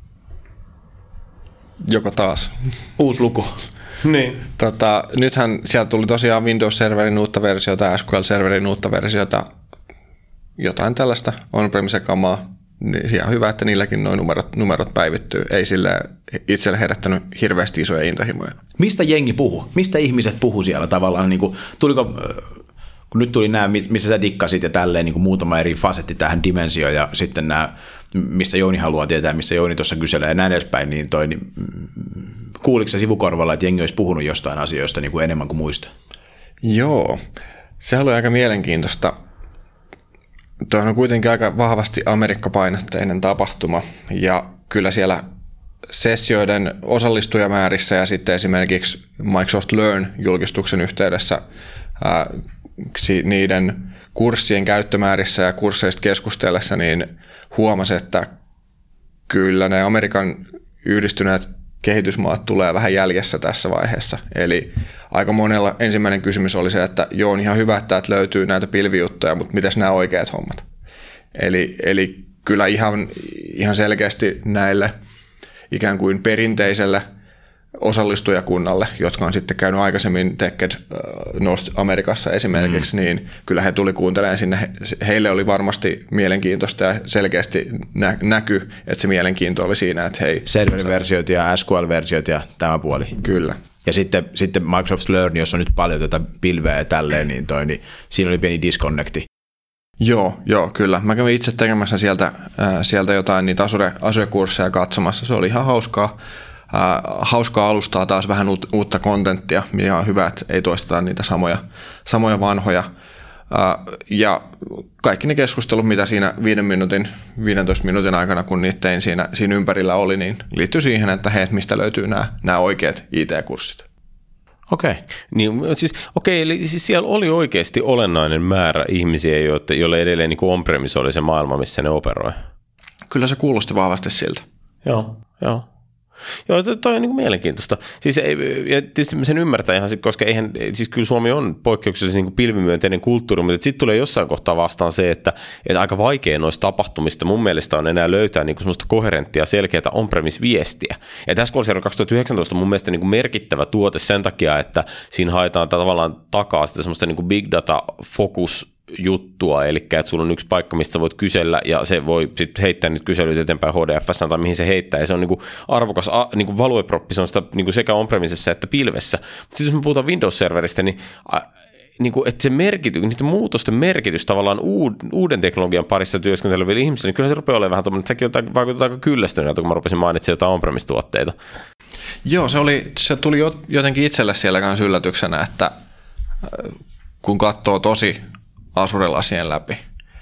joko taas. Uusi luku. Niin. Tota, nythän sieltä tuli tosiaan Windows-serverin uutta versiota, S Q L-serverin uutta versiota, jotain tällaista on-premise-kamaa. Niin ihan hyvä, että niilläkin nuo numerot, numerot päivittyy. Ei sille itselle herättänyt hirveästi isoja intohimoja. Mistä jengi puhuu? Mistä ihmiset puhuu siellä tavallaan? Niin kuin, tuliko, kun nyt tuli nämä, missä sä dikkasit ja tälleen niin kuin muutama eri fasetti tähän dimensioon ja sitten nämä, missä Jouni haluaa tietää, missä Jouni tuossa kyselee ja näin edespäin, niin, toi, niin kuuliko sä sivukorvalla, että jengi olisi puhunut jostain asioista niin kuin enemmän kuin muista? Joo, se oli aika mielenkiintoista. Tuo on kuitenkin aika vahvasti Amerikka-painotteinen tapahtuma ja kyllä siellä sessioiden osallistujamäärissä ja sitten esimerkiksi Microsoft Learn-julkistuksen yhteydessä ää, niiden kurssien käyttömäärissä ja kursseista keskustellessa, niin huomasi, että kyllä ne Amerikan yhdistyneet kehitysmaat tulee vähän jäljessä tässä vaiheessa. Eli aika monella ensimmäinen kysymys oli se, että joo, on ihan hyvä, että täältä löytyy näitä pilvijuttuja, mutta mitäs nämä oikeat hommat? Eli, eli kyllä ihan, ihan selkeästi näille ikään kuin perinteiselle osallistujakunnalle, jotka on sitten käynyt aikaisemmin TechEd North-Amerikassa esimerkiksi, mm. niin kyllä he tuli kuuntelemaan sinne. Heille oli varmasti mielenkiintoista ja selkeästi nä- näky, että se mielenkiinto oli siinä, että hei. Server-versiot ja S Q L-versiot ja tämä puoli. Kyllä. Ja sitten, sitten Microsoft Learn, jos on nyt paljon tätä pilveä ja tälleen, niin, toi, niin siinä oli pieni disconnecti. Joo, joo, kyllä. Mä kävin itse tekemässä sieltä, äh, sieltä jotain niitä Azure, Azure-kursseja katsomassa. Se oli ihan hauskaa. Äh, hauskaa alustaa taas vähän uut, uutta kontenttia, mikä on hyvä, että ei toisteta niitä samoja, samoja vanhoja. Äh, ja kaikki ne keskustelut, mitä siinä viiden minuutin, viidentoista minuutin aikana, kun niitä tein siinä, siinä ympärillä oli, niin liittyy siihen, että hei, mistä löytyy nämä, nämä oikeat I T-kurssit. Okei. Okay. Niin, siis, okay, eli siis siellä oli oikeasti olennainen määrä ihmisiä, joille edelleen niin on-premise oli se maailma, missä ne operoi. Kyllä se kuulosti vahvasti siltä. Joo, joo. Joo, toi on niin kuin mielenkiintoista. Siis, ja tietysti sen ymmärtää ihan, koska eihän, siis kyllä Suomi on poikkeuksellisesti niin kuin pilvimyönteinen kulttuuri, mutta sitten tulee jossain kohtaa vastaan se, että, että aika vaikea noista tapahtumista mun mielestä on enää löytää niin kuin semmoista koherenttia, selkeää on-premise-viestiä. Ja tässä Q L kaksituhattayhdeksäntoista on mun mielestä niin kuin merkittävä tuote sen takia, että siinä haetaan tavallaan takaa sitä semmoista niin kuin big data-fokus juttua, eli että sulla on yksi paikka, mistä sä voit kysellä, ja se voi sitten heittää niitä kyselyitä eteenpäin H D F S tai mihin se heittää, ja se on niinku arvokas niinku valueproppi, se on sitä niinku sekä on-premisessä että pilvessä. Mutta jos me puhutaan Windows-serveristä, niin a, niinku, että se merkitys, niiden muutosten merkitys tavallaan uuden teknologian parissa työskenteleville ihmisille, niin kyllä se rupeaa olemaan vähän tommoinen, että säkin vaikutat aika kyllästyneeltä, kun mä rupesin mainitsemaan jotain on-premise-tuotteita. Joo, se, oli, se tuli jotenkin itselle siellä kanssa yllätyksenä, että kun katsoo tosi Azure-lasien läpi.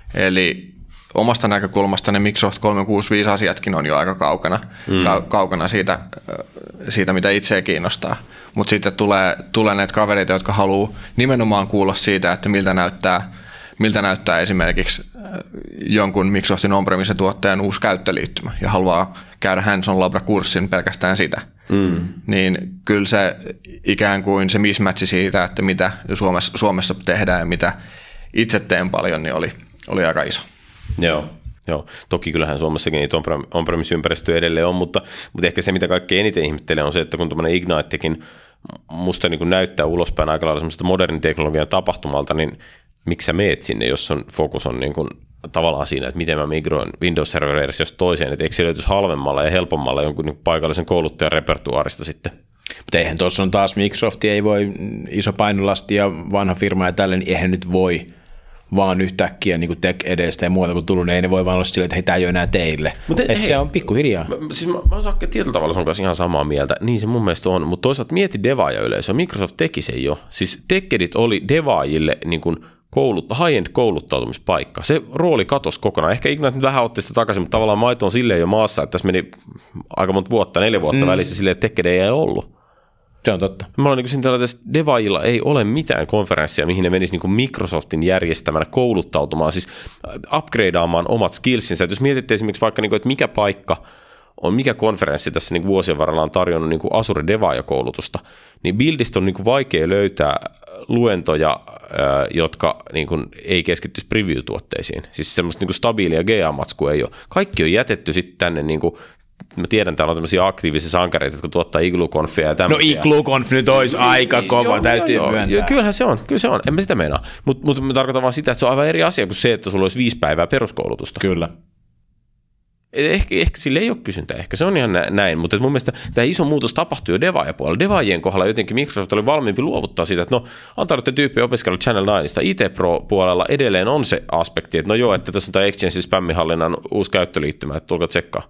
Eli omasta näkökulmasta ne Microsoft kolmesataakuusikymmentäviisi asiatkin on jo aika kaukana, mm. ka- kaukana siitä, siitä, mitä itseä kiinnostaa. Mutta sitten tulee, tulee näitä kavereita, jotka haluaa nimenomaan kuulla siitä, että miltä näyttää, miltä näyttää esimerkiksi jonkun Microsoftin on-premise-tuottajan uusi käyttöliittymä ja haluaa käydä hands-on labra-kurssin pelkästään sitä. Mm. Niin kyllä se ikään kuin se mismatchi siitä, että mitä Suomessa, Suomessa tehdään ja mitä itse teen paljon, niin oli, oli aika iso. Joo, joo. Toki kyllähän Suomessakin niitä on-premise-ympäristöjä edelleen on, mutta, mutta ehkä se, mitä kaikkein eniten ihmettelee, on se, että kun tuommoinen Ignitekin musta niin kuin näyttää ulospäin aika lailla semmoista modernin teknologian tapahtumalta, niin miksi sä meet sinne, jos on fokus on niin kuin tavallaan siinä, että miten mä migroin Windows-server-versiosta toiseen, että eikö se löytyisi halvemmalla ja helpommalla jonkun niin paikallisen kouluttajan repertuaarista sitten. Mutta eihän tuossa on taas Microsoft, ei voi iso painolasti ja vanha firma ja tällainen, niin eihän nyt voi vaan yhtäkkiä niin tech edestä ja muuta kuin tullut, niin ei ne voi vaan olla silleen, että hei, tämä ei ole enää teille. Mutta hei, se on pikkuhiljaa. Mä, siis mä, mä oon tietyllä tavalla sun kanssa ihan samaa mieltä, niin se mun mielestä on, mutta toisaalta mieti devaaja-yleisöä, Microsoft teki sen jo. Siis TechEdit oli devaajille niin kuin koulut, high-end kouluttautumispaikka. Se rooli katosi kokonaan. Ehkä Ignite nyt vähän otti sitä takaisin, mutta tavallaan maito on silleen jo maassa, että tässä meni aika monta vuotta, neljä vuotta mm. välissä silleen, että TechEd ei ollut. Se on totta. Mä olen niin kuin siinä että devaajilla ei ole mitään konferenssia, mihin ne menis niin kuin Microsoftin järjestämänä kouluttautumaan, siis upgradeaamaan omat skillsinsä. Et jos mietitte esimerkiksi vaikka, niin kuin, että mikä paikka on, mikä konferenssi tässä niin kuin vuosien varrella on tarjonnut niin kuin Azure devaajakoulutusta, niin Buildista on niin kuin vaikea löytää luentoja, jotka niin kuin ei keskittyisi preview-tuotteisiin. Siis semmoista niin kuin stabiilia G A-matskua ei ole. Kaikki on jätetty sitten tänne niin kuin mä tiedän, täällä on tämmöisiä aktiivisia sankareita, jotka tuottaa IgluConfia ja tämmöisiä. No IgluConf nyt olisi aika kova, joo, täytyy joo, myöntää. Joo, kyllähän se on, kyllä se on, en mä sitä meinaa. Mutta mut mä tarkoitan vaan sitä, että se on aivan eri asia kuin se, että sulla olisi viisi päivää peruskoulutusta. Kyllä. Ehkä, ehkä sille ei ole kysyntää, ehkä se on ihan näin, mutta mun mielestä tämä iso muutos tapahtui jo devaajapuolella. Devaajien kohdalla jotenkin Microsoft oli valmiimpi luovuttaa siitä, että no antaa nyt tyyppiä opiskella Channel yhdeksänistä. I T Pro-puolella edelleen on se aspekti, että no joo, että tässä on tämä Exchange-spämmihallinnan uusi käyttöliittymä, että tulkaa tsekkaa.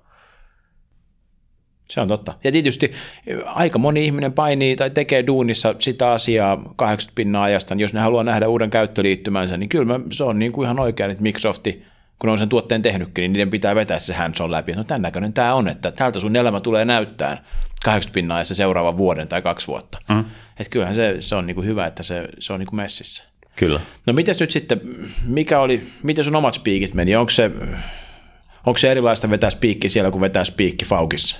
Se on totta. Ja tietysti aika moni ihminen painii tai tekee duunissa sitä asiaa kahdeksankymmentä pinnaa ajasta, niin jos ne haluaa nähdä uuden käyttöliittymänsä, niin kyllä se on niin kuin ihan oikein, että Microsofti kun on sen tuotteen tehnytkin, niin niiden pitää vetää se hands-on läpi. No tämän näköinen tämä on, että täältä sun elämä tulee näyttää kahdeksankymmentä pinnaa ja se seuraavan vuoden tai kaksi vuotta. Mm. Että kyllähän se, se on niinku hyvä, että se, se on niinku messissä. Kyllä. No mites nyt sitten, mikä oli, miten sun omat spiikit meni? Onko se, onko se erilaista vetää spiikki siellä kuin vetää spiikki Faukissa?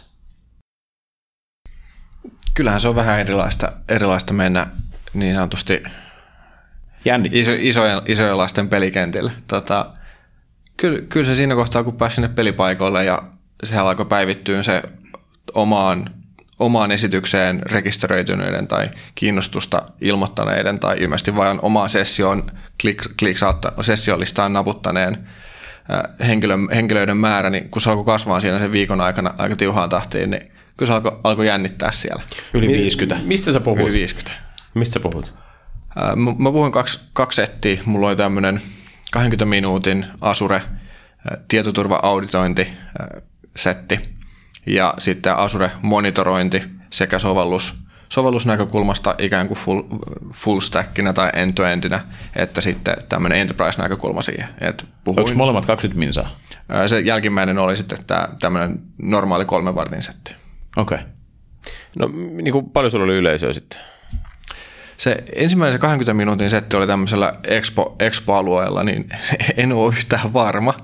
Kyllähän se on vähän erilaista, erilaista mennä niin sanotusti iso, isojen, isojen lasten pelikentille. Tota, kyllä, kyllä se siinä kohtaa, kun pääsi sinne pelipaikoille ja se alkoi päivittyä se omaan, omaan esitykseen rekisteröityneiden tai kiinnostusta ilmoittaneiden tai ilmeisesti vain omaan sessioon klik, sessiolistaan naputtaneen henkilö, henkilöiden määrä, niin kun se alkoi kasvaa siinä sen viikon aikana aika tiuhaan tahtiin, niin kyllä se alkoi, alkoi jännittää siellä. Yli viisikymmentä. Mistä sä puhut? Yli viisikymmentä. Mistä sä puhut? Mä, mä puhuin kaksi, kaksi settiä. Mulla oli tämmöinen kaksikymmentä minuutin Azure tietoturva-auditointi setti ja sitten Azure monitorointi sekä sovellus, sovellusnäkökulmasta ikään kuin full, full stackina tai end-to-endinä, että sitten tämmöinen enterprise-näkökulma siihen. Et puhuin, onko molemmat kaksikymmentä minsaa? Se jälkimmäinen oli sitten tämä tämmöinen normaali kolmen vartin setti. Okei. Okay. No niin kuin paljon sulla oli yleisöä sitten? Se ensimmäinen kaksikymmentä minuutin setti oli tämmöisellä expo, expo-alueella, niin en ole yhtään varma.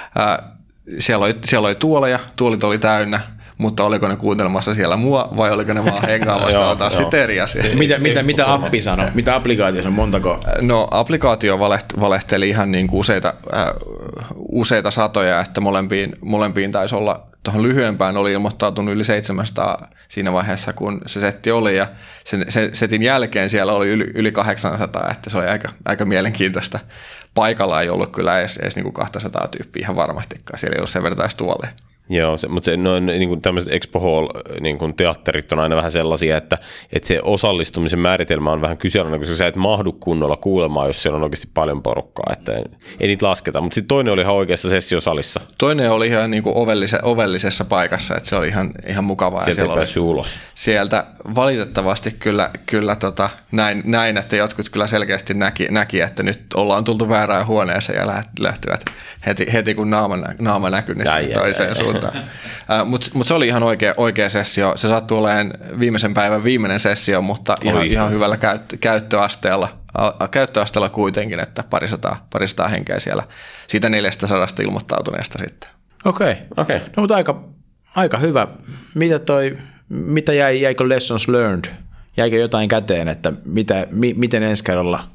Siellä oli, siellä oli tuoleja, tuolit oli täynnä, mutta oliko ne kuuntelemassa siellä mua vai oliko ne vaan hengaamassa on taas sitten eri asia. Mitä, mitä, mitä appi sanoi? Mitä applikaatio sanoi? Montako? No applikaatio valehteli ihan niin kuin useita, äh, useita satoja, että molempiin, molempiin taisi olla, tuohon lyhyempään oli ilmoittautunut yli seitsemänsataa siinä vaiheessa, kun se setti oli ja sen, sen setin jälkeen siellä oli yli, yli kahdeksansataa, että se oli aika, aika mielenkiintoista. Paikalla ei ollut kyllä edes, edes niin kuin kaksisataa tyyppiä ihan varmastikaan, siellä ei ollut sen vertaistuoleja. Joo, se, mutta se, noin, niin kuin tämmöiset Expo Hall niin kuin teatterit on aina vähän sellaisia, että, että se osallistumisen määritelmä on vähän kyseenalainen, koska sä et mahdu kunnolla kuulemaan, jos siellä on oikeasti paljon porukkaa, että ei niitä lasketa. Mutta sitten toinen oli ihan oikeassa sessiosalissa. Toinen oli ihan niin kuin ovellise, ovellisessa paikassa, että se oli ihan, ihan mukavaa. Sieltä ei päässyt ulos. Sieltä valitettavasti kyllä, kyllä tota, näin, näin, että jotkut kyllä selkeästi näki, näki, että nyt ollaan tultu väärään huoneeseen ja lähtivät heti, heti kun naama, naama näkyi, niin jäi, toiseen jäi, suuntaan. Mutta mut se oli ihan oikea, oikea sessio. Se sattui olemaan viimeisen päivän viimeinen sessio, mutta ihan, ihan hyvällä käyttö, käyttöasteella, a, käyttöasteella kuitenkin, että parisataa, parisataa henkeä siellä siitä neljästäsadasta ilmoittautuneesta sitten. Okei, okay. okay. No mutta aika, aika hyvä. Mitä, toi, mitä jäi, jäikö lessons learned? Jäikö jotain käteen, että mitä, mi, miten ensi kerralla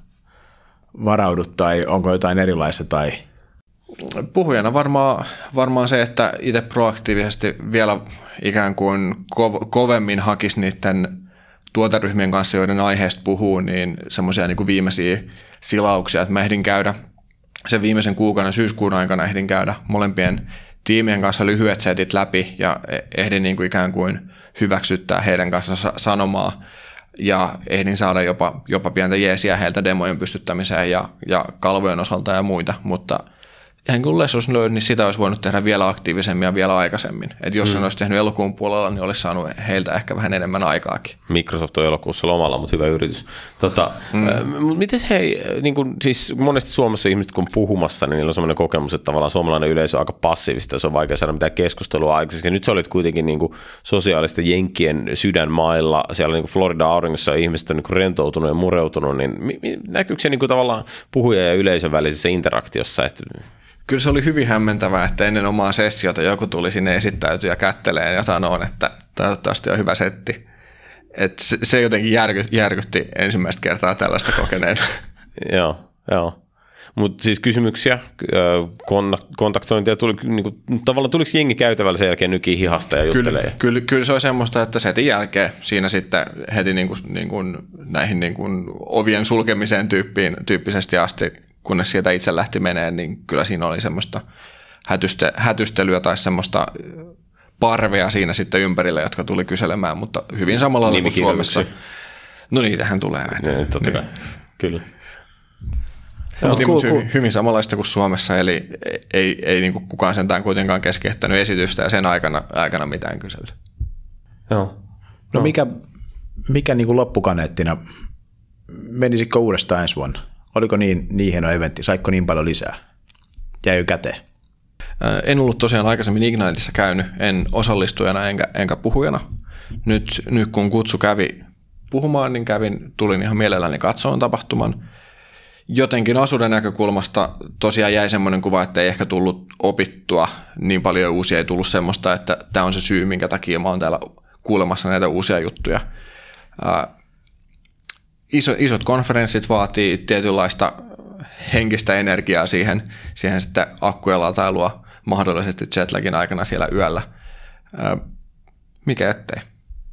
varaudut tai onko jotain erilaista tai... Puhujana varmaan, varmaan se, että itse proaktiivisesti vielä ikään kuin ko- kovemmin hakisi niiden tuoteryhmien kanssa, joiden aiheesta puhuu, niin semmoisia niin kuin viimeisiä silauksia, että mä ehdin käydä sen viimeisen kuukauden syyskuun aikana ehdin käydä molempien tiimien kanssa lyhyet setit läpi ja ehdin niin kuin ikään kuin hyväksyttää heidän kanssa sanomaa ja ehdin saada jopa, jopa pientä jeesiä heiltä demojen pystyttämiseen ja, ja kalvojen osalta ja muita, mutta ihan kun lessons learned, niin sitä olisi voinut tehdä vielä aktiivisemmin ja vielä aikaisemmin. Et jos mm. sen olisi tehnyt elokuun puolella, niin olisi saanut heiltä ehkä vähän enemmän aikaakin. Microsoft on elokuussa lomalla, mutta hyvä yritys. Tota, mm. äh, miten hei, niin kun, siis monesti Suomessa ihmiset kun puhumassa, niin niillä on sellainen kokemus, että tavallaan suomalainen yleisö on aika passiivista ja se on vaikea saada mitään keskustelua aikaisemmin. Ja nyt sä olit kuitenkin niin kuin sosiaalisten jenkkien sydänmailla, siellä niin kuin Florida-auringossa ihmiset on niin kuin rentoutunut ja mureutunut, niin näkyykö se niin kuin tavallaan puhuja ja yleisön välisessä interaktiossa, että... Kyllä se oli hyvin hämmentävää, että ennen omaa sessiota joku tuli sinne esittäytyä ja kätteleen ja sanoo, että toivottavasti on hyvä setti. Et se, se jotenkin järky, järkytti ensimmäistä kertaa tällaista kokeneen. Joo, joo. Mutta siis kysymyksiä, kontaktointia, tuli, niinku, tavallaan tuliko jengi käytävällä sen jälkeen nykiin hihasta ja juttelee? Kyllä, kyllä, kyllä se oli semmoista, että setin jälkeen siinä sitten heti niinku, niinku, näihin niinku ovien sulkemiseen tyyppiin, tyyppisesti asti, kunnes sieltä itse lähti meneen, niin kyllä siinä oli semmoista hätyste, hätystelyä tai semmoista parvea siinä sitten ympärillä, jotka tuli kyselemään, mutta hyvin samalla lailla kuin Suomessa. No niitähän tulee aina. Ja, totta kai, kyllä. No, mutta cool, cool. Hyvin samanlaista kuin Suomessa, eli ei, ei, ei niin kuin kukaan sentään kuitenkaan keskeyttänyt esitystä ja sen aikana, aikana mitään kysellä. Joo. No, no mikä, mikä niin kuin loppukaneettina, menisikö uudestaan ensi vuonna? Oliko niin, niin hieno eventti? Saiko niin paljon lisää? Jäikö käteen? En ollut tosiaan aikaisemmin Igniteissa käynyt, en osallistujana enkä, enkä puhujana. Nyt, nyt kun kutsu kävi puhumaan, niin kävin, tulin ihan mielelläni katsomaan tapahtuman. Jotenkin asuuden näkökulmasta tosiaan jäi semmoinen kuva, että ei ehkä tullut opittua niin paljon uusia, ei tullut semmoista, että tämä on se syy, minkä takia mä oon täällä kuulemassa näitä uusia juttuja. Ää, iso, isot konferenssit vaatii tietynlaista henkistä energiaa siihen, siihen sitten akkujen latailua mahdollisesti jetlagin aikana siellä yöllä. Ää, mikä ettei.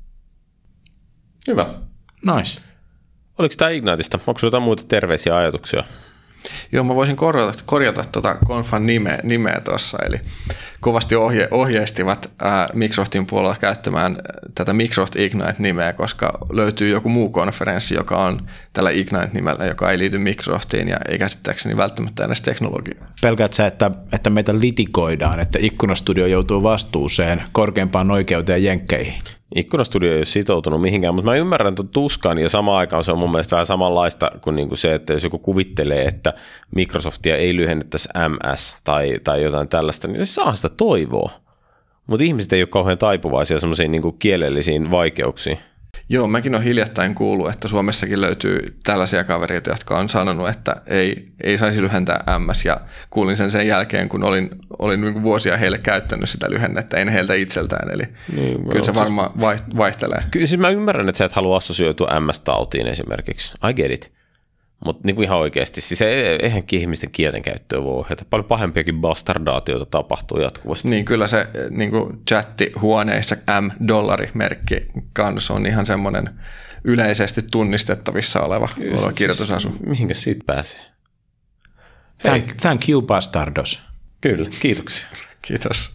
Hyvä. Nice. Oliko tämä Igniteista? Onko sinulla jotain muita terveisiä ajatuksia? Joo, mä voisin korjata, korjata tuota konfan nimeä, nimeä tuossa, eli kovasti ohje, ohjeistivat ää, Microsoftin puolella käyttämään tätä Microsoft Ignite-nimeä, koska löytyy joku muu konferenssi, joka on tällä Ignite-nimellä, joka ei liity Microsoftiin ja ei käsittääkseni välttämättä edes teknologiaan. Pelkäät sä, että, että meitä litikoidaan, että Ikkunastudio joutuu vastuuseen korkeimpaan oikeuteen jenkkeihin? Ikkunastudio ei ole sitoutunut mihinkään, mutta mä ymmärrän tuon tuskan ja samaan aikaan se on mun mielestä vähän samanlaista kuin niinku se, että jos joku kuvittelee, että Microsoftia ei lyhennettäisi M S tai, tai jotain tällaista, niin se saa sitä toivoa. Mutta ihmiset ei ole kauhean taipuvaisia semmoisiin niinku kielellisiin vaikeuksiin. Joo, mäkin olen hiljattain kuullut, että Suomessakin löytyy tällaisia kavereita, jotka on sanonut, että ei, ei saisi lyhentää M S, ja kuulin sen sen jälkeen, kun olin, olin niin vuosia heille käyttänyt sitä lyhennettä, en heiltä itseltään, eli niin, kyllä se varmaan vaihtelee. Kyllä siis mä ymmärrän, että sä et halua assosioitua M S-tautiin esimerkiksi, I get it, mutta niin ihan oikeasti, siis eihän ihmisten kielenkäyttöä voi ohjata, paljon pahempiakin bastardaatioita tapahtuu jatkuvasti. Niin kyllä se niin kuin chatti-huoneissa M-dollarimerkki kanssa on ihan semmoinen yleisesti tunnistettavissa oleva, oleva kirjoitusasu. Siis, mihinkä siitä pääsee? Thank, thank you, bastardos. Kyllä, kiitoksia. Kiitos.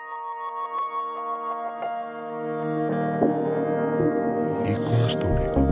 Ikkuna Studio.